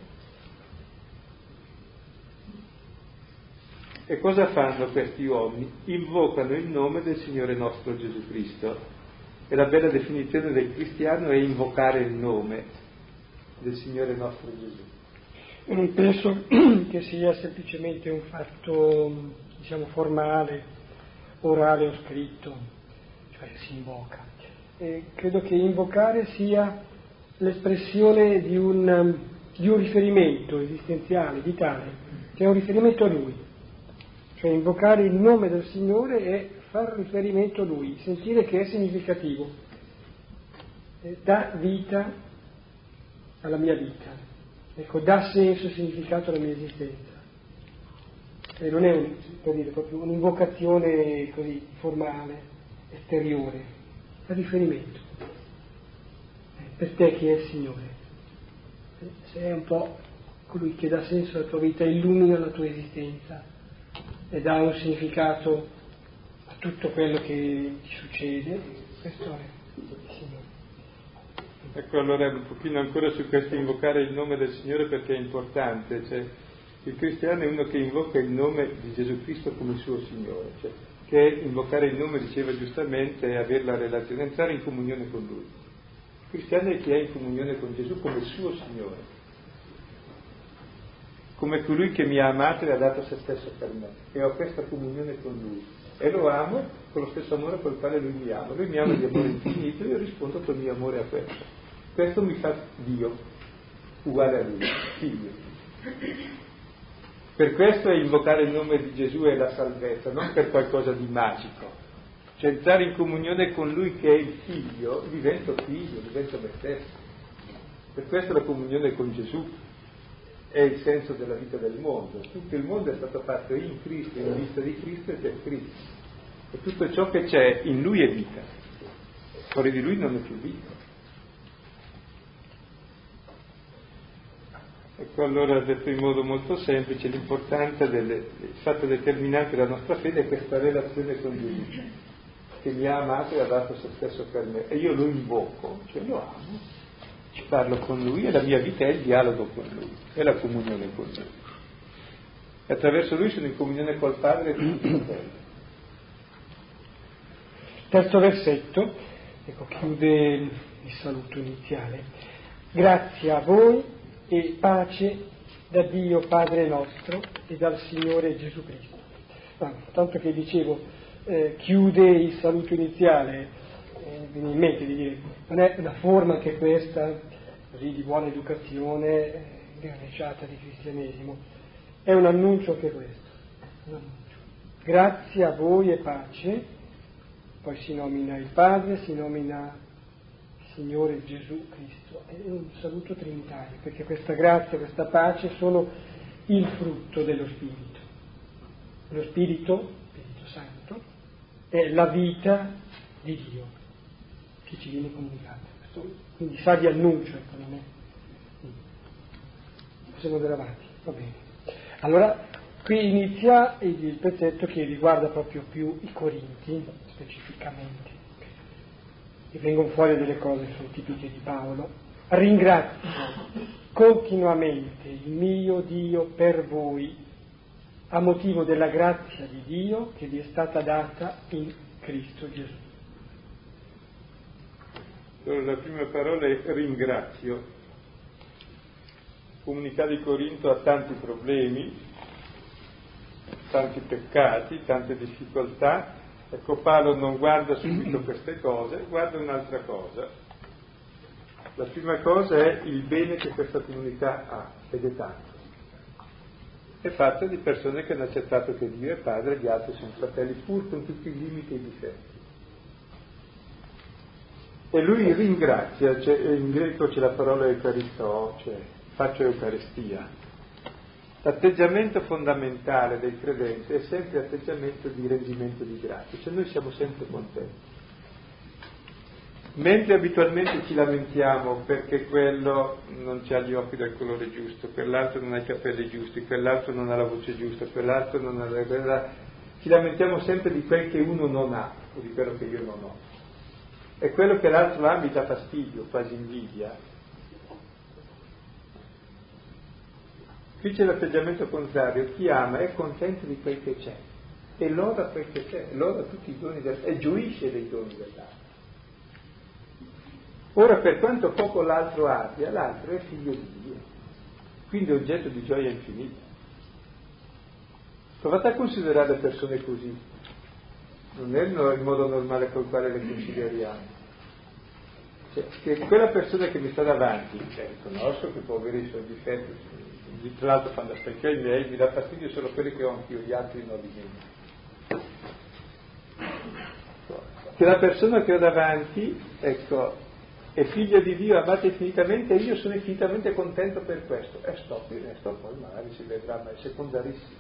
E cosa fanno questi uomini? Invocano il nome del Signore nostro Gesù Cristo. E la bella definizione del cristiano è invocare il nome del Signore nostro Gesù. Io non penso che sia semplicemente un fatto, diciamo, formale, orale o scritto, cioè si invoca. E credo che invocare sia l'espressione di un, di un riferimento esistenziale, vitale, che è un riferimento a Lui. Cioè invocare il nome del Signore è far riferimento a Lui, sentire che è significativo, eh, dà vita alla mia vita, ecco, dà senso e significato alla mia esistenza. E non è un, per dire, proprio un'invocazione così formale, esteriore, è riferimento. Eh, per te chi è il Signore? Eh, se è un po' colui che dà senso alla tua vita, illumina la tua esistenza e dà un significato a tutto quello che ti succede, questo è il Signore. Ecco, allora un pochino ancora su questo invocare il nome del Signore, perché è importante, cioè il cristiano è uno che invoca il nome di Gesù Cristo come suo Signore, cioè che invocare il nome, diceva giustamente, è avere la relazione, entrare in comunione con Lui. Il cristiano è chi è in comunione con Gesù come suo Signore, come colui che mi ha amato e ha dato se stesso per me, e ho questa comunione con Lui e lo amo con lo stesso amore col quale Lui mi ama. Lui mi ama di amore infinito e io rispondo col mio amore a questo. Questo mi fa Dio, uguale a Lui, figlio. Per questo è invocare il nome di Gesù è la salvezza, non per qualcosa di magico. Cioè entrare in comunione con Lui che è il figlio, divento figlio, divento me stesso. Per questo la comunione con Gesù è il senso della vita del mondo. Tutto il mondo è stato fatto in Cristo, in vista di Cristo e per Cristo. E tutto ciò che c'è in Lui è vita. Fuori di Lui non è più vita. Ecco, allora, detto in modo molto semplice, l'importanza delle, il fatto determinante della nostra fede è questa relazione con Gesù, che mi ha amato e ha dato se stesso per me. E io lo invoco, cioè lo amo, ci parlo con Lui e la mia vita è il dialogo con Lui, è la comunione con Lui. E attraverso Lui sono in comunione col Padre e con tutti i fratelli. Terzo versetto, ecco, chiude il saluto iniziale. Grazie a voi e pace da Dio Padre nostro e dal Signore Gesù Cristo. Ah, tanto che dicevo, eh, chiude il saluto iniziale, eh, viene in mente di dire, non è una forma anche questa, così di buona educazione, eh, verniciata di cristianesimo, è un annuncio anche questo, un annuncio. Grazie a voi e pace, poi si nomina il Padre, si nomina Signore Gesù Cristo, è un saluto trinitario, perché questa grazia, questa pace sono il frutto dello Spirito. Lo Spirito, Spirito Santo, è la vita di Dio che ci viene comunicata. Quindi sa di annuncio, ecco, non è. Possiamo andare avanti, va bene. Allora, qui inizia il pezzetto che riguarda proprio più i Corinti, specificamente. E vengono fuori delle cose che sono tipiche di Paolo. Ringrazio continuamente il mio Dio per voi a motivo della grazia di Dio che vi è stata data in Cristo Gesù. Allora, la prima parola è ringrazio. La comunità di Corinto ha tanti problemi, tanti peccati, tante difficoltà, Ecco, Paolo non guarda subito queste cose, guarda un'altra cosa. La prima cosa è il bene che questa comunità ha, ed è tanto. È fatta di persone che hanno accettato che Dio è Padre e gli altri sono fratelli, pur con tutti i limiti e i difetti. E lui ringrazia, cioè, in greco c'è la parola eucaristò, cioè faccio eucaristia. L'atteggiamento fondamentale del credente è sempre l'atteggiamento di rendimento di grazia, cioè noi siamo sempre contenti. Mentre abitualmente ci lamentiamo perché quello non ha gli occhi del colore giusto, quell'altro non ha i capelli giusti, quell'altro non ha la voce giusta, quell'altro non ha la... Quella... ci lamentiamo sempre di quel che uno non ha o di quello che io non ho. E quello che l'altro ha mi dà fastidio, quasi invidia. Qui c'è l'atteggiamento contrario, chi ama è contento di quel che c'è e loda quel che c'è, loda tutti i doni del... e gioisce dei doni dell'altro. Ora, per quanto poco l'altro abbia, l'altro è figlio di Dio, quindi è oggetto di gioia infinita. Provate a considerare persone così, non è il modo normale col quale le consideriamo. Cioè, che quella persona che mi sta davanti, che riconosco che può avere i suoi difetti, tra l'altro fanno specchio ai miei, mi dà fastidio solo quelli che ho anch'io, gli altri non li meno. Che la persona che ho davanti, ecco, è figlio di Dio, amato infinitamente, e io sono infinitamente contento per questo. E sto qui, e sto poi magari si vedrà, ma è secondarissimo.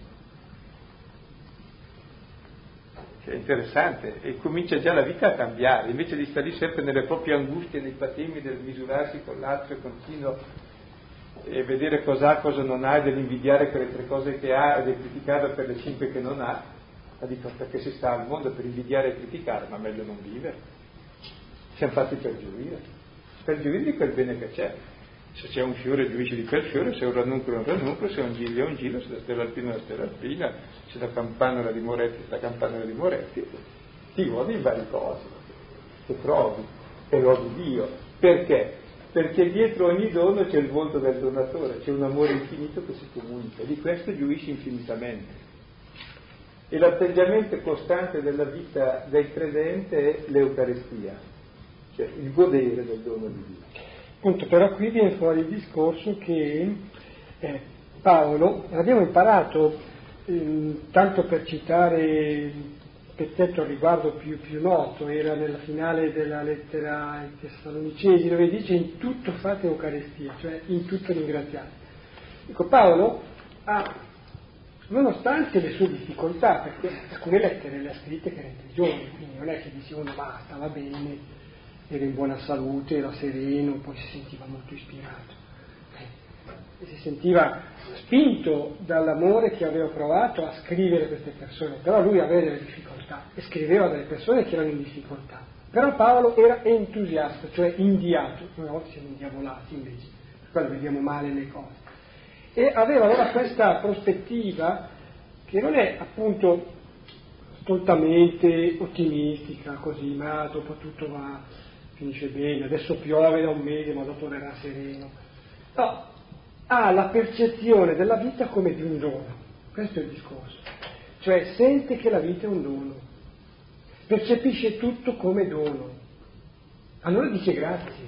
Cioè, è interessante, e comincia già la vita a cambiare, invece di stare lì sempre nelle proprie angustie, nei patemi del misurarsi con l'altro e continuo e vedere cosa ha, cosa non ha, e dell'invidiare quelle tre cose che ha e di criticarlo per le cinque che non ha, ma dico perché si sta al mondo per invidiare e criticare, ma meglio non vivere. Siamo fatti per gioire, per gioire di quel bene che c'è. Se c'è un fiore gioisci di quel fiore, se è un ranuncolo è un ranuncolo, se è un giglio è un giglio, se la stella alpina è la stella alpina, se la campana di Moretti è la campana di Moretti, ti godi in varie cose, che trovi, e lodi Dio. Perché? Perché dietro ogni dono c'è il volto del donatore, c'è un amore infinito che si comunica, di questo gioisci infinitamente. E l'atteggiamento costante della vita del credente è l'Eucaristia, cioè il godere del dono di Dio. Appunto, però qui viene fuori il discorso che eh, Paolo, l'abbiamo imparato, eh, tanto per citare il pezzetto al riguardo più, più noto, era nella finale della lettera ai Tessalonicesi, dove dice in tutto fate Eucaristia, cioè in tutto ringraziate. Ecco, Paolo ha, nonostante le sue difficoltà, perché alcune lettere le ha scritte che erano tre giorni, quindi non è che dice uno basta, va bene, era in buona salute, era sereno, poi si sentiva molto ispirato, e si sentiva spinto dall'amore che aveva provato a scrivere queste persone, però lui aveva delle difficoltà e scriveva delle persone che erano in difficoltà. Però Paolo era entusiasta, cioè inviato, noi a volte siamo indiavolati invece, per quello vediamo male le cose, e aveva allora questa prospettiva che non è appunto stoltamente ottimistica così, ma dopo tutto va, finisce bene, adesso piove da un mese ma dopo verrà sereno. No, ha la percezione della vita come di un dono, questo è il discorso, cioè sente che la vita è un dono, percepisce tutto come dono, allora dice grazie,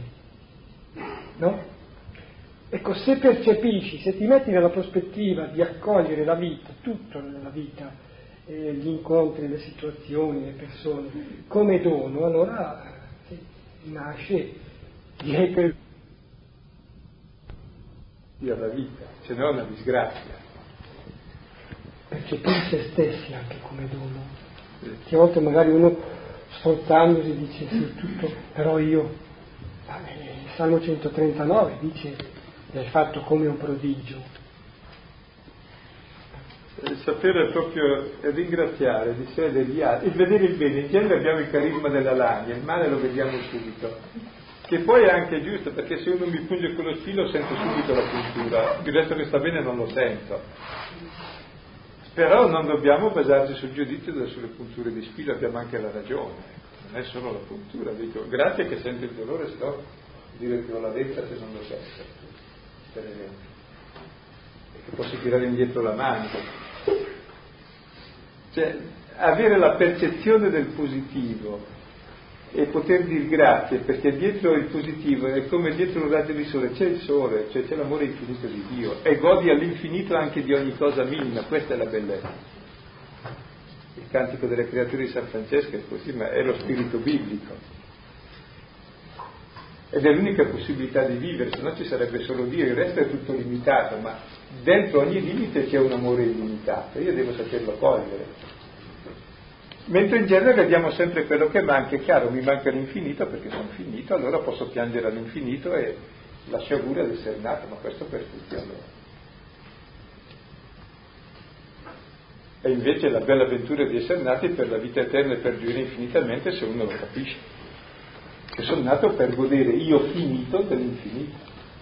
no? Ecco, se percepisci, se ti metti nella prospettiva di accogliere la vita, tutto nella vita, eh, gli incontri, le situazioni, le persone, come dono, allora sì, nasce, direi che la vita, se no è una disgrazia. Percepire se stessi anche come dono, che a volte magari uno sforzandosi dice sì tutto, però io, il Salmo centotrentanove dice l'hai fatto come un prodigio. Il sapere proprio ringraziare di sé e degli altri, il vedere il bene, in genere abbiamo il carisma della lagna, il male lo vediamo subito, che poi è anche giusto, perché se uno mi punge con lo spillo sento subito la puntura, il resto che sta bene non lo sento. Però non dobbiamo basarci sul giudizio delle sulle punture di spillo, abbiamo anche la ragione, non è solo la puntura, dico grazie che sento il dolore, se no dire che ho la lepre se non lo sento, per esempio, e che posso tirare indietro la mano. Cioè, avere la percezione del positivo e poter dire grazie, perché dietro il positivo è come dietro un raggio di sole c'è il sole, cioè c'è l'amore infinito di Dio, e godi all'infinito anche di ogni cosa minima. Questa è la bellezza. Il cantico delle creature di San Francesco è così, ma è lo spirito biblico ed è l'unica possibilità di vivere, se no ci sarebbe solo Dio, il resto è tutto limitato, ma dentro ogni limite c'è un amore illimitato, io devo saperlo cogliere. Mentre in genere vediamo sempre quello che manca. È chiaro, mi manca l'infinito perché sono finito, allora posso piangere all'infinito e la sciagura di essere nato, ma questo per tutti allora. E invece la bella avventura di essere nati per la vita eterna e per gioire infinitamente, se uno lo capisce, che sono nato per godere io finito dell'infinito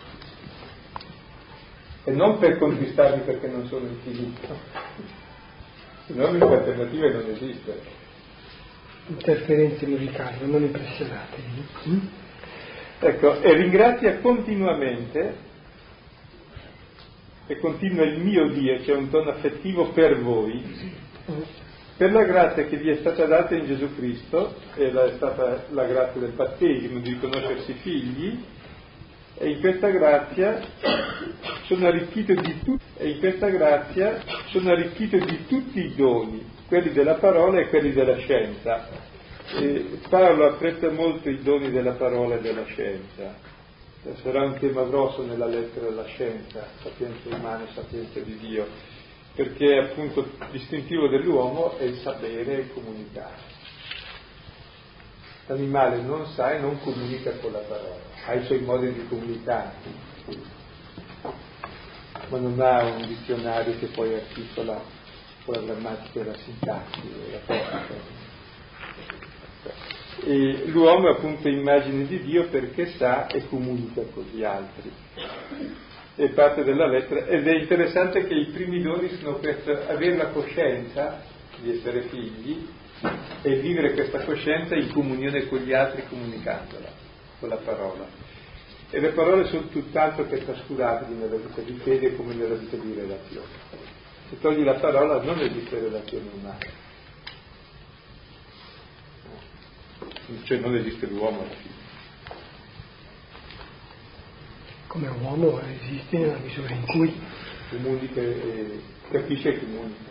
e non per conquistarmi perché non sono infinito. Se no l'unica alternativa non esiste. Interferenze musicali, non impressionatevi. Mm? Ecco, e ringrazia continuamente, e continua il mio Dio, che è un tono affettivo per voi, per la grazia che vi è stata data in Gesù Cristo, e è stata la grazia del battesimo, di riconoscersi figli, e in questa grazia sono arricchito di tutti, e in questa grazia sono arricchito di tutti i doni, quelli della parola e quelli della scienza. E Paolo apprezza molto i doni della parola e della scienza. Sarà un tema grosso nella lettera della scienza, sapienza umana e sapienza di Dio, perché appunto il distintivo dell'uomo è il sapere e il comunicare. L'animale non sa e non comunica con la parola, ha i suoi modi di comunicare, ma non ha un dizionario che poi articola con la grammatica e la sintassi e la tecnica. E l'uomo è appunto immagine di Dio perché sa e comunica con gli altri. È parte della lettera, ed è interessante che i primi doni sono per avere la coscienza di essere figli e vivere questa coscienza in comunione con gli altri, comunicandola con la parola. E le parole sono tutt'altro che trascurabili nella vita di fede come nella vita di relazione. Se togli la parola non esiste relazione umana, cioè non esiste l'uomo alla fine. Come uomo esiste nella misura in cui comunica e capisce e comunica.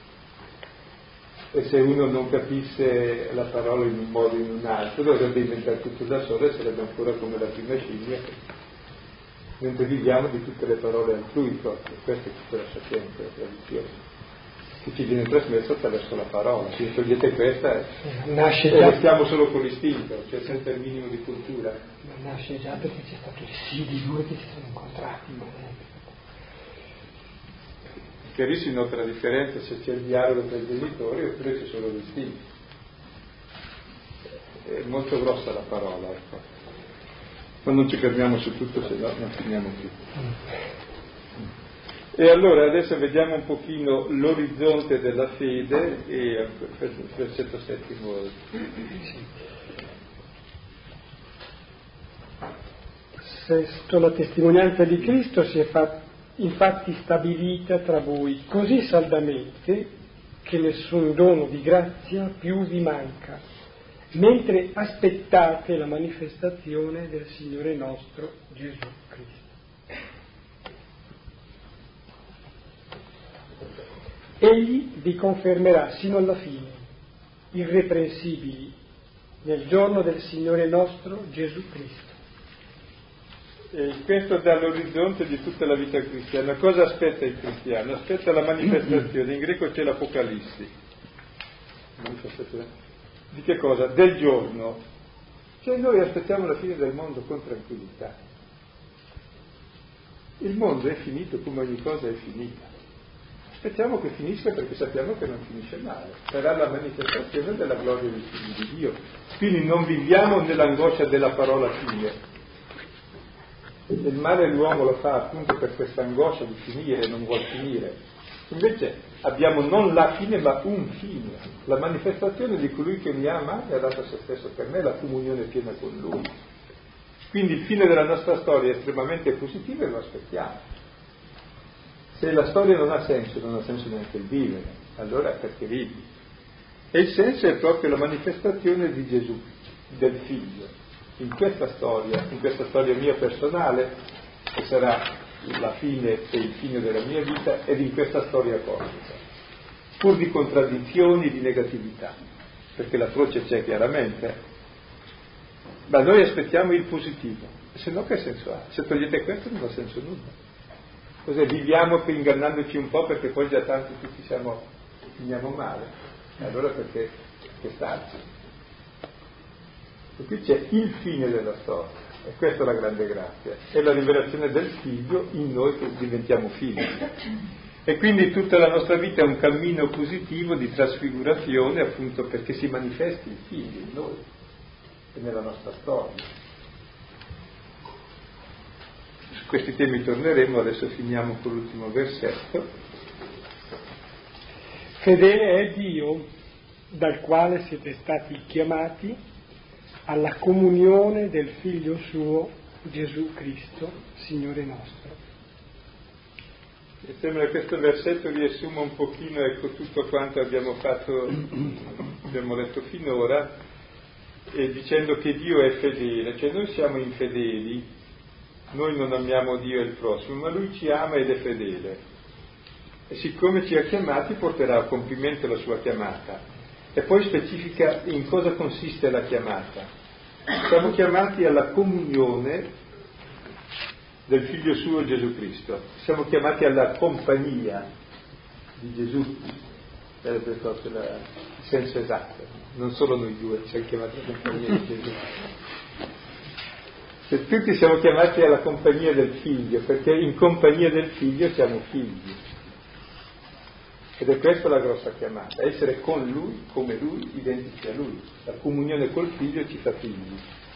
E se uno non capisse la parola in un modo o in un altro, dovrebbe inventare tutto da solo e sarebbe ancora come la prima scimmia, mentre viviamo di tutte le parole altrui proprio. Questa è tutta la sapienza, la tradizione, che ci viene trasmessa attraverso la parola. Se togliete questa nasce e già, restiamo solo con l'istinto, cioè senza il minimo di cultura. Ma nasce già perché c'è stato il sì di due che si sono incontrati. Che lì si nota la differenza se c'è il dialogo tra i genitori oppure c'è solo l'istinto. È molto grossa la parola, ecco. Ma non ci fermiamo su tutto, se no non finiamo più. E allora adesso vediamo un pochino l'orizzonte della fede e il versetto settimo. Sesto, la testimonianza di Cristo si è fatta infatti stabilita tra voi così saldamente che nessun dono di grazia più vi manca, mentre aspettate la manifestazione del Signore nostro Gesù Cristo. Egli vi confermerà sino alla fine, irreprensibili, nel giorno del Signore nostro Gesù Cristo. E questo dall'orizzonte di tutta la vita cristiana. Cosa aspetta il cristiano? Aspetta la manifestazione, in greco c'è l'Apocalissi. Di che cosa? Del giorno. Cioè noi aspettiamo la fine del mondo con tranquillità. Il mondo è finito come ogni cosa è finita. Aspettiamo che finisca perché sappiamo che non finisce male. Sarà la manifestazione della gloria dei figli di Dio. Quindi non viviamo nell'angoscia della parola fine. Il male l'uomo lo fa appunto per questa angoscia di finire e non vuol finire. Invece abbiamo non la fine ma un fine, la manifestazione di colui che mi ha amato e ha dato se stesso per me, la comunione piena con lui. Quindi il fine della nostra storia è estremamente positivo e lo aspettiamo. Se la storia non ha senso, non ha senso neanche il vivere, allora è terribile. E il senso è proprio la manifestazione di Gesù, del Figlio, in questa storia, in questa storia mia personale, che sarà la fine e il fine della mia vita, ed in questa storia cosmica, pur di contraddizioni, di negatività, perché la croce c'è chiaramente, ma noi aspettiamo il positivo, se no che senso ha? Se togliete questo non ha senso nulla. Cos'è? Viviamo ingannandoci un po' perché poi già tanti tutti siamo, finiamo male, e allora perché, perché starci? E qui c'è il fine della storia, e questa è la grande grazia, è la rivelazione del Figlio in noi che diventiamo figli. E quindi tutta la nostra vita è un cammino positivo di trasfigurazione, appunto perché si manifesti il Figlio in noi e nella nostra storia. Su questi temi torneremo, adesso finiamo con l'ultimo versetto. Fedele è Dio, dal quale siete stati chiamati alla comunione del Figlio suo, Gesù Cristo, Signore nostro. Mi sembra che questo versetto riassuma un pochino, ecco, tutto quanto abbiamo fatto, abbiamo letto finora, e dicendo che Dio è fedele, cioè noi siamo infedeli, noi non amiamo Dio e il prossimo, ma Lui ci ama ed è fedele. E siccome ci ha chiamati porterà a compimento la sua chiamata. E poi specifica in cosa consiste la chiamata. Siamo chiamati alla comunione del Figlio suo Gesù Cristo, siamo chiamati alla compagnia di Gesù, sarebbe proprio la, il senso esatto, non solo noi due siamo chiamati alla compagnia di Gesù, e tutti siamo chiamati alla compagnia del Figlio, perché in compagnia del Figlio siamo figli, ed è questa la grossa chiamata, essere con Lui, come Lui, identici a Lui, la comunione col Figlio ci fa figli.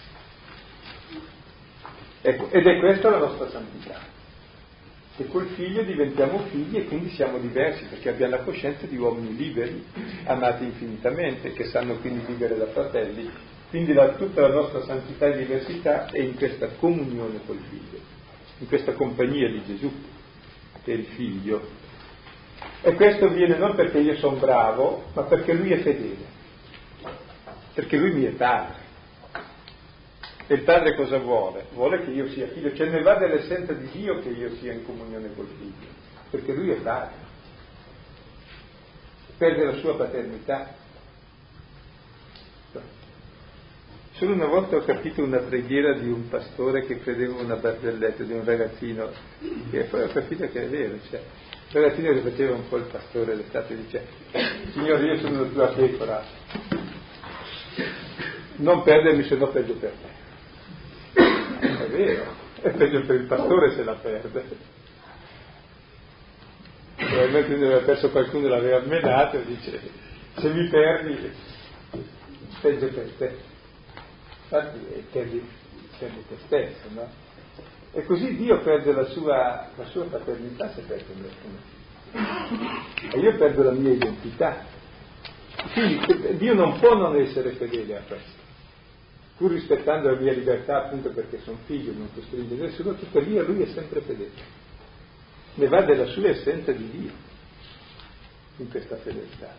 Ecco, ed è questa la nostra santità, che col Figlio diventiamo figli e quindi siamo diversi, perché abbiamo la coscienza di uomini liberi, amati infinitamente, che sanno quindi vivere da fratelli, quindi la, tutta la nostra santità e diversità è in questa comunione col Figlio, in questa compagnia di Gesù, che è il Figlio. E questo avviene non perché io sono bravo, ma perché Lui è fedele, perché Lui mi è padre. E il padre cosa vuole? Vuole che io sia figlio, cioè ne va dell'essenza di Dio che io sia in comunione col Figlio, perché Lui è padre, perde la sua paternità. Solo una volta ho capito una preghiera di un pastore che credeva una barzelletta di un ragazzino, e poi ho capito che è vero, cioè il ragazzino che faceva un po' il pastore d'estate dice: Signore, io sono la tua pecora, non perdermi, se no peggio per te. È vero, è peggio per il pastore se la perde. Probabilmente ne aveva perso qualcuno, l'aveva menato e dice: se mi perdi, peggio per te. Infatti perdi, perdi te stesso, no? E così Dio perde la sua, la sua paternità se perde il mio figlio. E io perdo la mia identità. Quindi Dio non può non essere fedele a questo, pur rispettando la mia libertà, appunto perché sono figlio, non costringe nessuno, tuttavia Lui è sempre fedele. Ne va della sua essenza di Dio in questa fedeltà.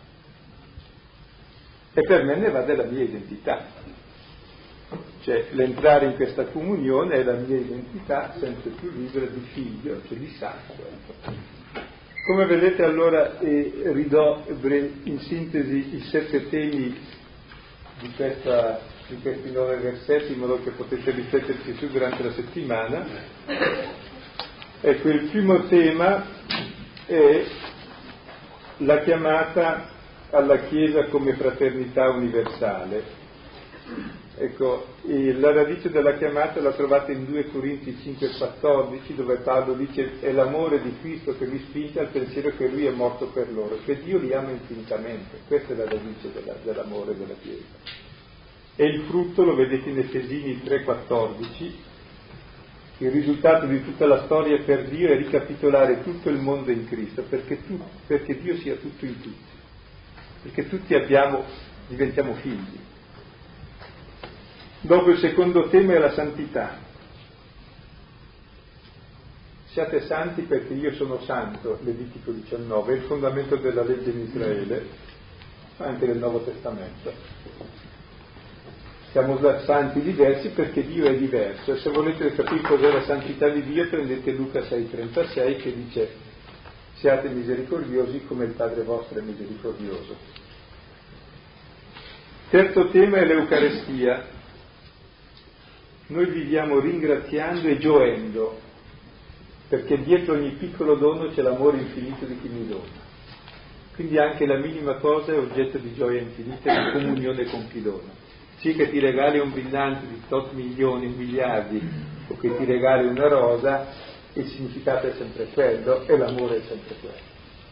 E per me ne va della mia identità. Cioè l'entrare in questa comunione è la mia identità sempre più libera di figlio, cioè di sangue. Come vedete allora eh, ridò in sintesi i sette temi di, questa, di questi nove versetti in modo che potete rifletterci su durante la settimana. Ecco, il primo tema è la chiamata alla Chiesa come fraternità universale. Ecco, la radice della chiamata la trovate in due Corinzi cinque quattordici, dove Paolo dice: è l'amore di Cristo che vi spinge al pensiero che Lui è morto per loro, che Dio li ama infinitamente. Questa è la radice della, dell'amore della Chiesa. E il frutto lo vedete in Efesini tre quattordici. Il risultato di tutta la storia per Dio è ricapitolare tutto il mondo in Cristo, perché, tu, perché Dio sia tutto in tutti, perché tutti abbiamo, diventiamo figli. Dopo il secondo tema è la santità. Siate santi perché io sono santo, Levitico diciannove, è il fondamento della legge in Israele. anche nel Nuovo Testamento. Siamo santi diversi perché Dio è diverso, e se volete capire cos'è la santità di Dio prendete Luca sei trentasei che dice: siate misericordiosi come il Padre vostro è misericordioso. Terzo tema è l'Eucarestia. Noi viviamo ringraziando e gioendo, perché dietro ogni piccolo dono c'è l'amore infinito di chi mi dona. Quindi anche la minima cosa è oggetto di gioia infinita e di comunione con chi dona. Sì, che ti regali un brillante di tot milioni, miliardi, o che ti regali una rosa, il significato è sempre quello e l'amore è sempre quello.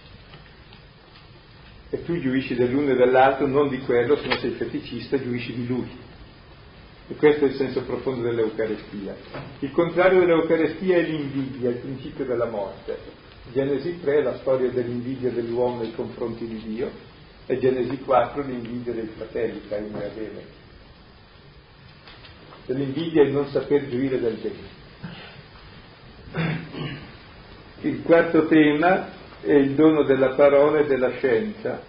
E tu giuisci dell'uno e dell'altro, non di quello, se no sei feticista, giuisci di lui. E questo è il senso profondo dell'Eucarestia. Il contrario dell'Eucarestia è l'invidia, il principio della morte. Genesi tre è la storia dell'invidia dell'uomo nei confronti di Dio, e Genesi quattro l'invidia dei fratelli, Caino e Abele. Dell'invidia è il non saper gioire del bene. Il quarto tema è il dono della parola e della scienza.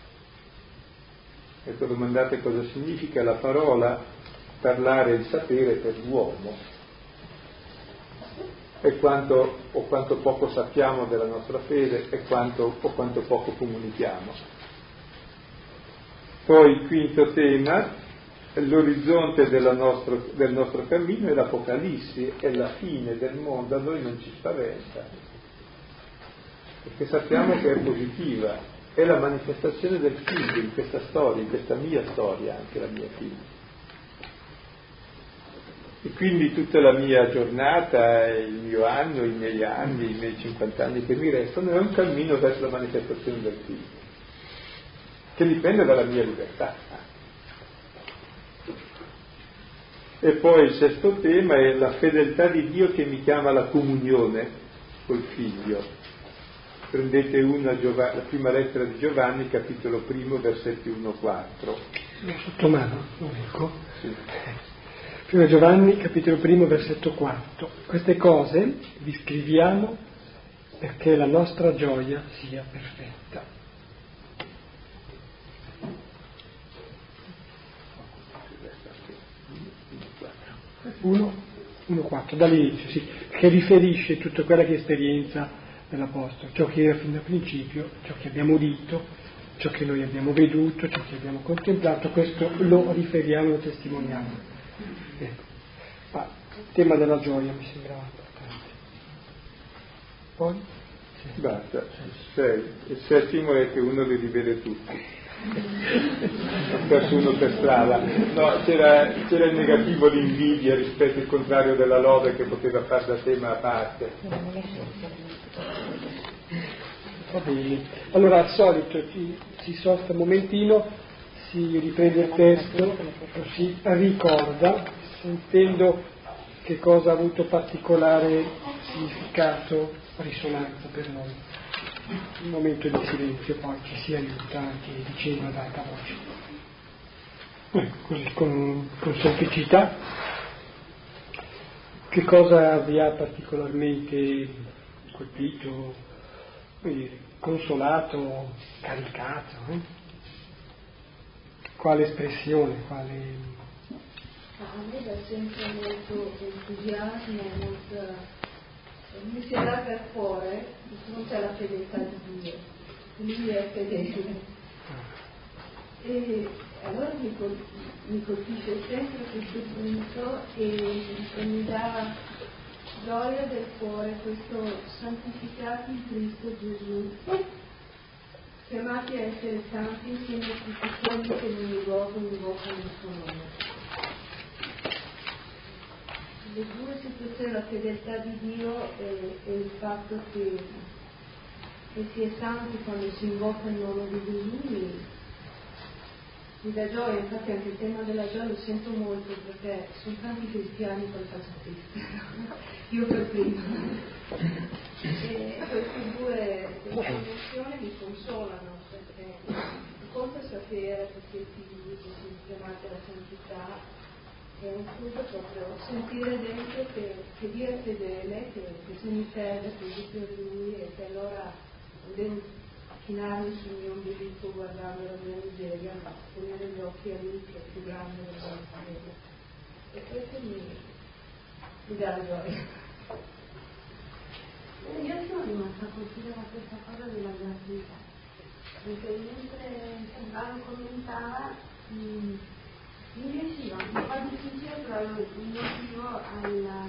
Ecco, domandate cosa significa la parola, parlare il sapere per l'uomo, e quanto o quanto poco sappiamo della nostra fede e quanto o quanto poco comunichiamo. Poi il quinto tema, l'orizzonte della nostro, del nostro cammino è l'Apocalissi, è la fine del mondo. A noi non ci spaventa, perché sappiamo che è positiva, è la manifestazione del figlio in questa storia, in questa mia storia, anche la mia figlia. E quindi tutta la mia giornata, il mio anno, i miei anni, i miei cinquanta anni che mi restano, è un cammino verso la manifestazione del figlio, che dipende dalla mia libertà. E poi il sesto tema è la fedeltà di Dio che mi chiama alla comunione col figlio. Prendete una Giovanni, la prima lettera di Giovanni, capitolo primo, versetti uno quattro. Sotto mano, lo leggo. Sì. Prima Giovanni, capitolo primo, versetto quattro. Queste cose vi scriviamo perché la nostra gioia sia perfetta. uno quattro, dall'inizio, sì, che riferisce tutta quella che è esperienza dell'Apostolo, ciò che era fin da principio, ciò che abbiamo udito, ciò che noi abbiamo veduto, ciò che abbiamo contemplato, questo lo riferiamo, lo testimoniamo. Ecco. Ah, il tema della gioia mi sembrava importante. Poi? Sì. Basta, sei. Il settimo è che uno li rivede tutti. Ho perso uno per strada. No, c'era, c'era il negativo, l'invidia rispetto al contrario della lode che poteva far da tema a parte. Va bene. Allora al solito ci, si sosta un momentino, si riprende il testo, si ricorda, sentendo che cosa ha avuto particolare significato, risonanza per noi. Un momento di silenzio, poi ci si aiuta anche dicendo ad alta voce. Ecco, così con, con semplicità. Che cosa vi ha particolarmente colpito, consolato, caricato? Eh? Quale espressione, quale... A me dà sempre molto entusiasmo, molta... mi si allarga il cuore di fronte alla fedeltà di Dio, lui è fedele. E allora mi, col- mi colpisce sempre questo punto e, e mi dà gioia del cuore questo santificati in Cristo Gesù, chiamati a essere santi insieme a tutti quelli che in ogni luogo invocano il suo nome. Le due situazioni, la fedeltà di Dio e, e il fatto che, che si è santi quando si invoca il nome di Gesù mi, mi dà gioia. Infatti anche il tema della gioia lo sento molto, perché sono tanti cristiani che lo faccio triste, io per prima. E queste due dimensioni mi consolano, perché un conto è sapere che si è figli, che si è chiamati alla santità, è un punto proprio sentire dentro che, che Dio è fedele, che, che se mi serve così per lui, e che allora devo chinarmi sul mio ombelico guardando la mia miseria, ma tenere gli occhi a lui che è più grande del mio fratello. E questo mi, mi dà la gioia. E io sono rimasta colpita da questa cosa della gratuità, perché mentre Silvano commentava mh, mi riusciva un po' difficile trovare un motivo alla,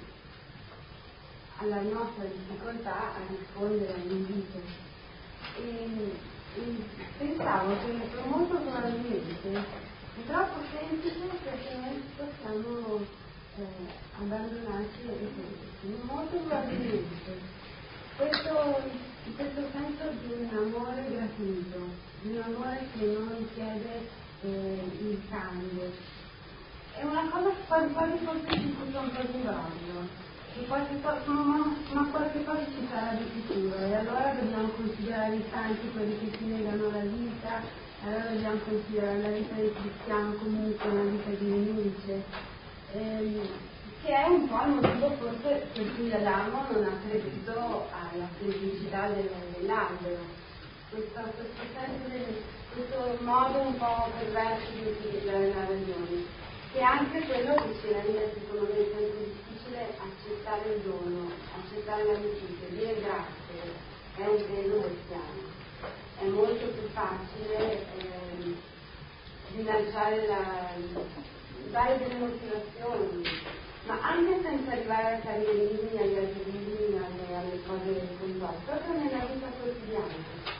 alla nostra difficoltà a rispondere all'invito. E, e pensavo che molto probabilmente è troppo semplice perché noi possiamo eh, abbandonarci alle cose. Molto probabilmente questo, in questo senso di un amore gratuito, di un amore che non richiede eh, il cambio, è una cosa quasi quasi forse ci butta un po' di bravo. Qualche cosa, ma, ma qualche cosa ci sarà di sicuro, e allora dobbiamo considerare i santi, quelli che si negano la vita, allora dobbiamo considerare la vita del cristiano comunque una vita di rinuncia, ehm, che è un po' il motivo forse per cui Adamo non ha creduto alla semplicità del, dell'albero, questo, questo, senso del, questo modo un po' perverso di utilizzare la ragione, che è anche quello che ci rende secondo me sempre difficile accettare il dono, accettare l'amicizia, dire grazie è un peso bestiale. È molto più facile eh, rilanciare la, dare delle motivazioni, ma anche senza arrivare a carrierismi, agli algoritmi, alle, alle cose puntuali, proprio nella vita quotidiana.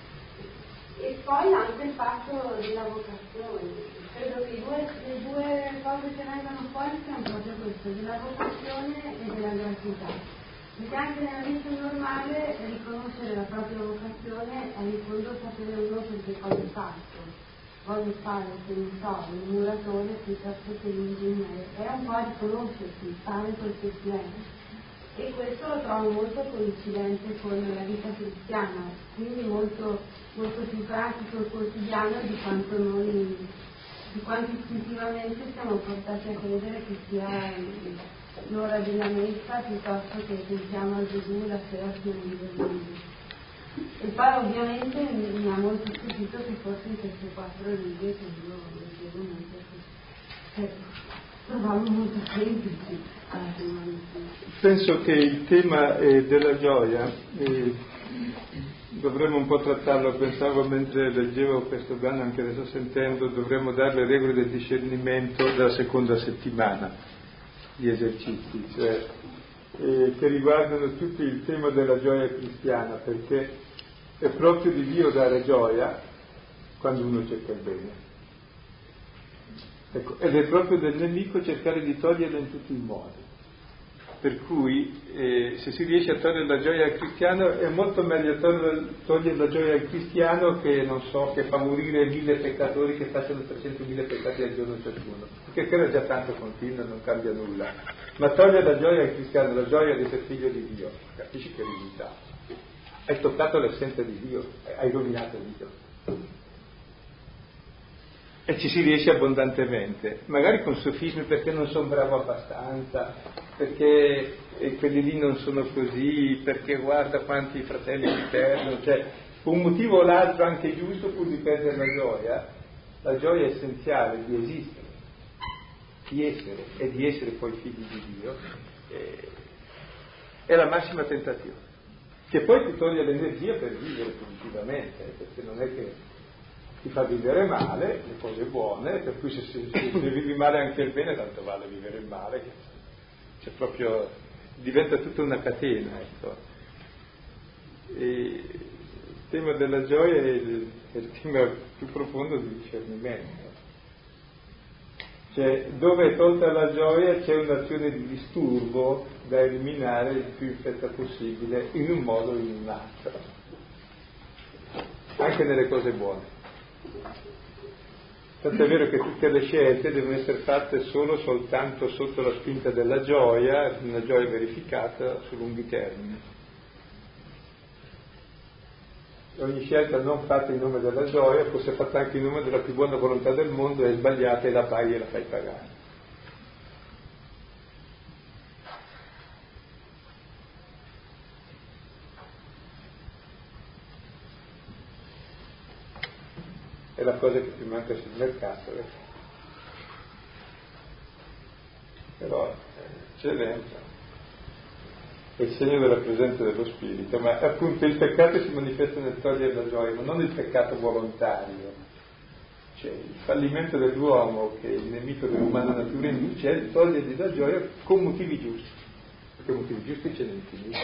E poi anche il fatto della vocazione. Credo che i due, le due cose che vengono fuori siano proprio questo, della vocazione e della gratuità. Perché anche nella vita normale riconoscere la propria vocazione è in fondo sapere uno per che cosa è fatto. Voglio fare, se non so, il muratore piuttosto che l'ingegnere. È un po' riconoscersi, fare quel che si è. E questo lo trovo molto coincidente con la vita cristiana, quindi molto, molto più pratico e quotidiano di quanto noi, di quanto istintivamente siamo portati a credere che sia l'ora della messa piuttosto che pensiamo a Gesù la sera prima di dormire. E poi ovviamente mi, mi ha molto stupito che forse in queste quattro righe che io leggevo molto che trovavo molto semplici. Penso che il tema eh, della gioia eh, dovremmo un po' trattarlo, pensavo mentre leggevo questo brano, anche adesso sentendo, dovremmo dare le regole del discernimento della seconda settimana di esercizi, cioè eh, che riguardano tutto il tema della gioia cristiana, perché è proprio di Dio dare gioia quando uno cerca il bene. Ecco, ed è proprio del nemico cercare di toglierla in tutti i modi. Per cui eh, se si riesce a togliere la gioia al cristiano è molto meglio togliere, togliere la gioia al cristiano che, non so, che favorire mille peccatori che facciano trecentomila peccati al giorno ciascuno, perché quello è già tanto continuo, non cambia nulla. Ma togliere la gioia al cristiano, la gioia di essere figlio di Dio, capisci che risultato? Hai toccato l'essenza di Dio, hai rovinato Dio. E ci si riesce abbondantemente, magari con sofismi, perché non sono bravo abbastanza, perché eh, quelli lì non sono così, perché guarda quanti fratelli mi perdono, cioè un motivo o l'altro anche giusto pur di perdere la gioia. La gioia essenziale di esistere, di essere e di essere poi figli di Dio eh, è la massima tentazione, che poi ti toglie l'energia per vivere positivamente, perché non è che ti fa vivere male le cose buone, per cui se, se, se vivi male anche il bene, tanto vale vivere il male, che c'è proprio, diventa tutta una catena, ecco. E il tema della gioia è il, è il tema più profondo di discernimento, cioè dove è tolta la gioia c'è un'azione di disturbo da eliminare il più in fretta possibile, in un modo o in un altro, anche nelle cose buone. Tanto è vero che tutte le scelte devono essere fatte solo soltanto sotto la spinta della gioia, una gioia verificata su lunghi termini. Ogni scelta non fatta in nome della gioia, fosse fatta anche in nome della più buona volontà del mondo, è sbagliata e la paghi e la fai pagare. è la cosa che più manca sul mercato. Eh. Però eh, c'è dentro, è il segno della presenza dello spirito, ma appunto il peccato si manifesta nel togliere la gioia, ma non il peccato volontario. Cioè, il fallimento dell'uomo, che è il nemico dell'umana natura, induce è togliergli la gioia con motivi giusti, perché motivi giusti ce ne infiniti.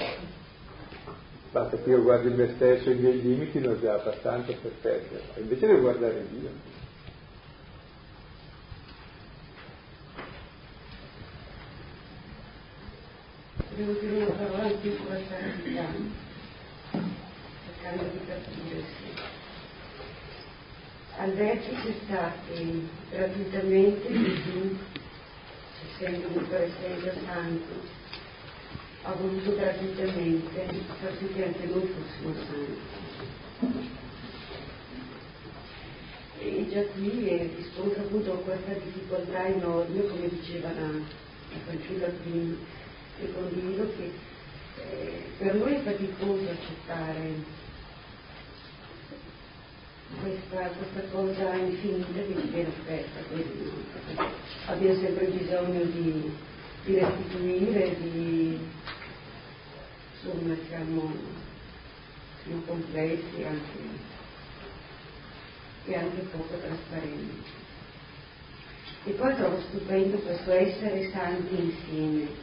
Basta che io guardi me stesso e i miei limiti, non già abbastanza per perdere, invece devo guardare Dio. Devo dire una parola in più con questa realtà, cercando di capire se al vertice stati gratuitamente Gesù, essendo un presenza santo, ha voluto gratuitamente far sì che anche noi fossimo santi. E già qui è risposto appunto a questa difficoltà enorme, come diceva la, la fanciulla prima, e condivido che eh, per noi è faticoso accettare questa, questa cosa infinita che ci viene offerta, quindi abbiamo sempre bisogno di, di restituire, di insomma siamo, siamo complessi anche, e anche poco trasparenti. E poi trovo stupendo questo essere santi insieme.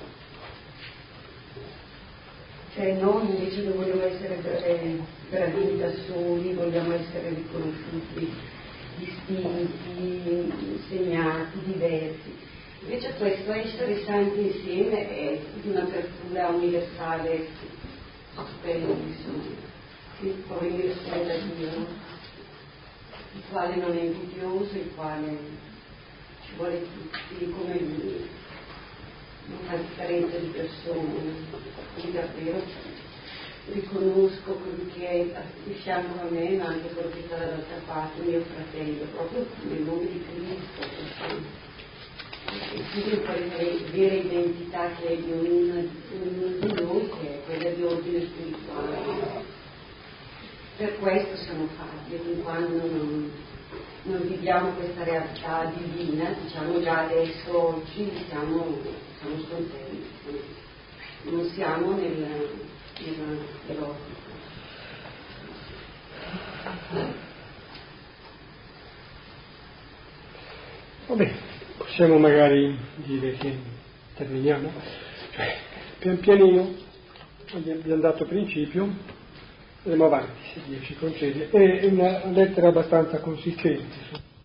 Cioè noi invece non vogliamo essere graditi da soli, vogliamo essere riconosciuti, distinti, insegnati, diversi. Invece questo essere santi insieme è un'apertura universale, stupenda, insomma, che poi risponde a Dio, il quale non è invidioso, il quale ci vuole tutti come Lui. Non fa differenza di persone, quindi davvero riconosco quello che è di fianco a me, ma anche quello che sta dall'altra parte, mio fratello, proprio nel nome di Cristo, perché Dio poi la vera identità che è di ognuno di noi, che è quella di ordine spirituale. Per questo siamo fatti, e fin quando non, non viviamo questa realtà divina, diciamo già adesso, oggi, siamo, siamo scontenti, non siamo nel, nel, nell'ottica. Vabbè, possiamo magari dire che terminiamo, cioè, pian pianino abbiamo dato principio. Andiamo avanti, se Dio ci concede. È una lettera abbastanza consistente.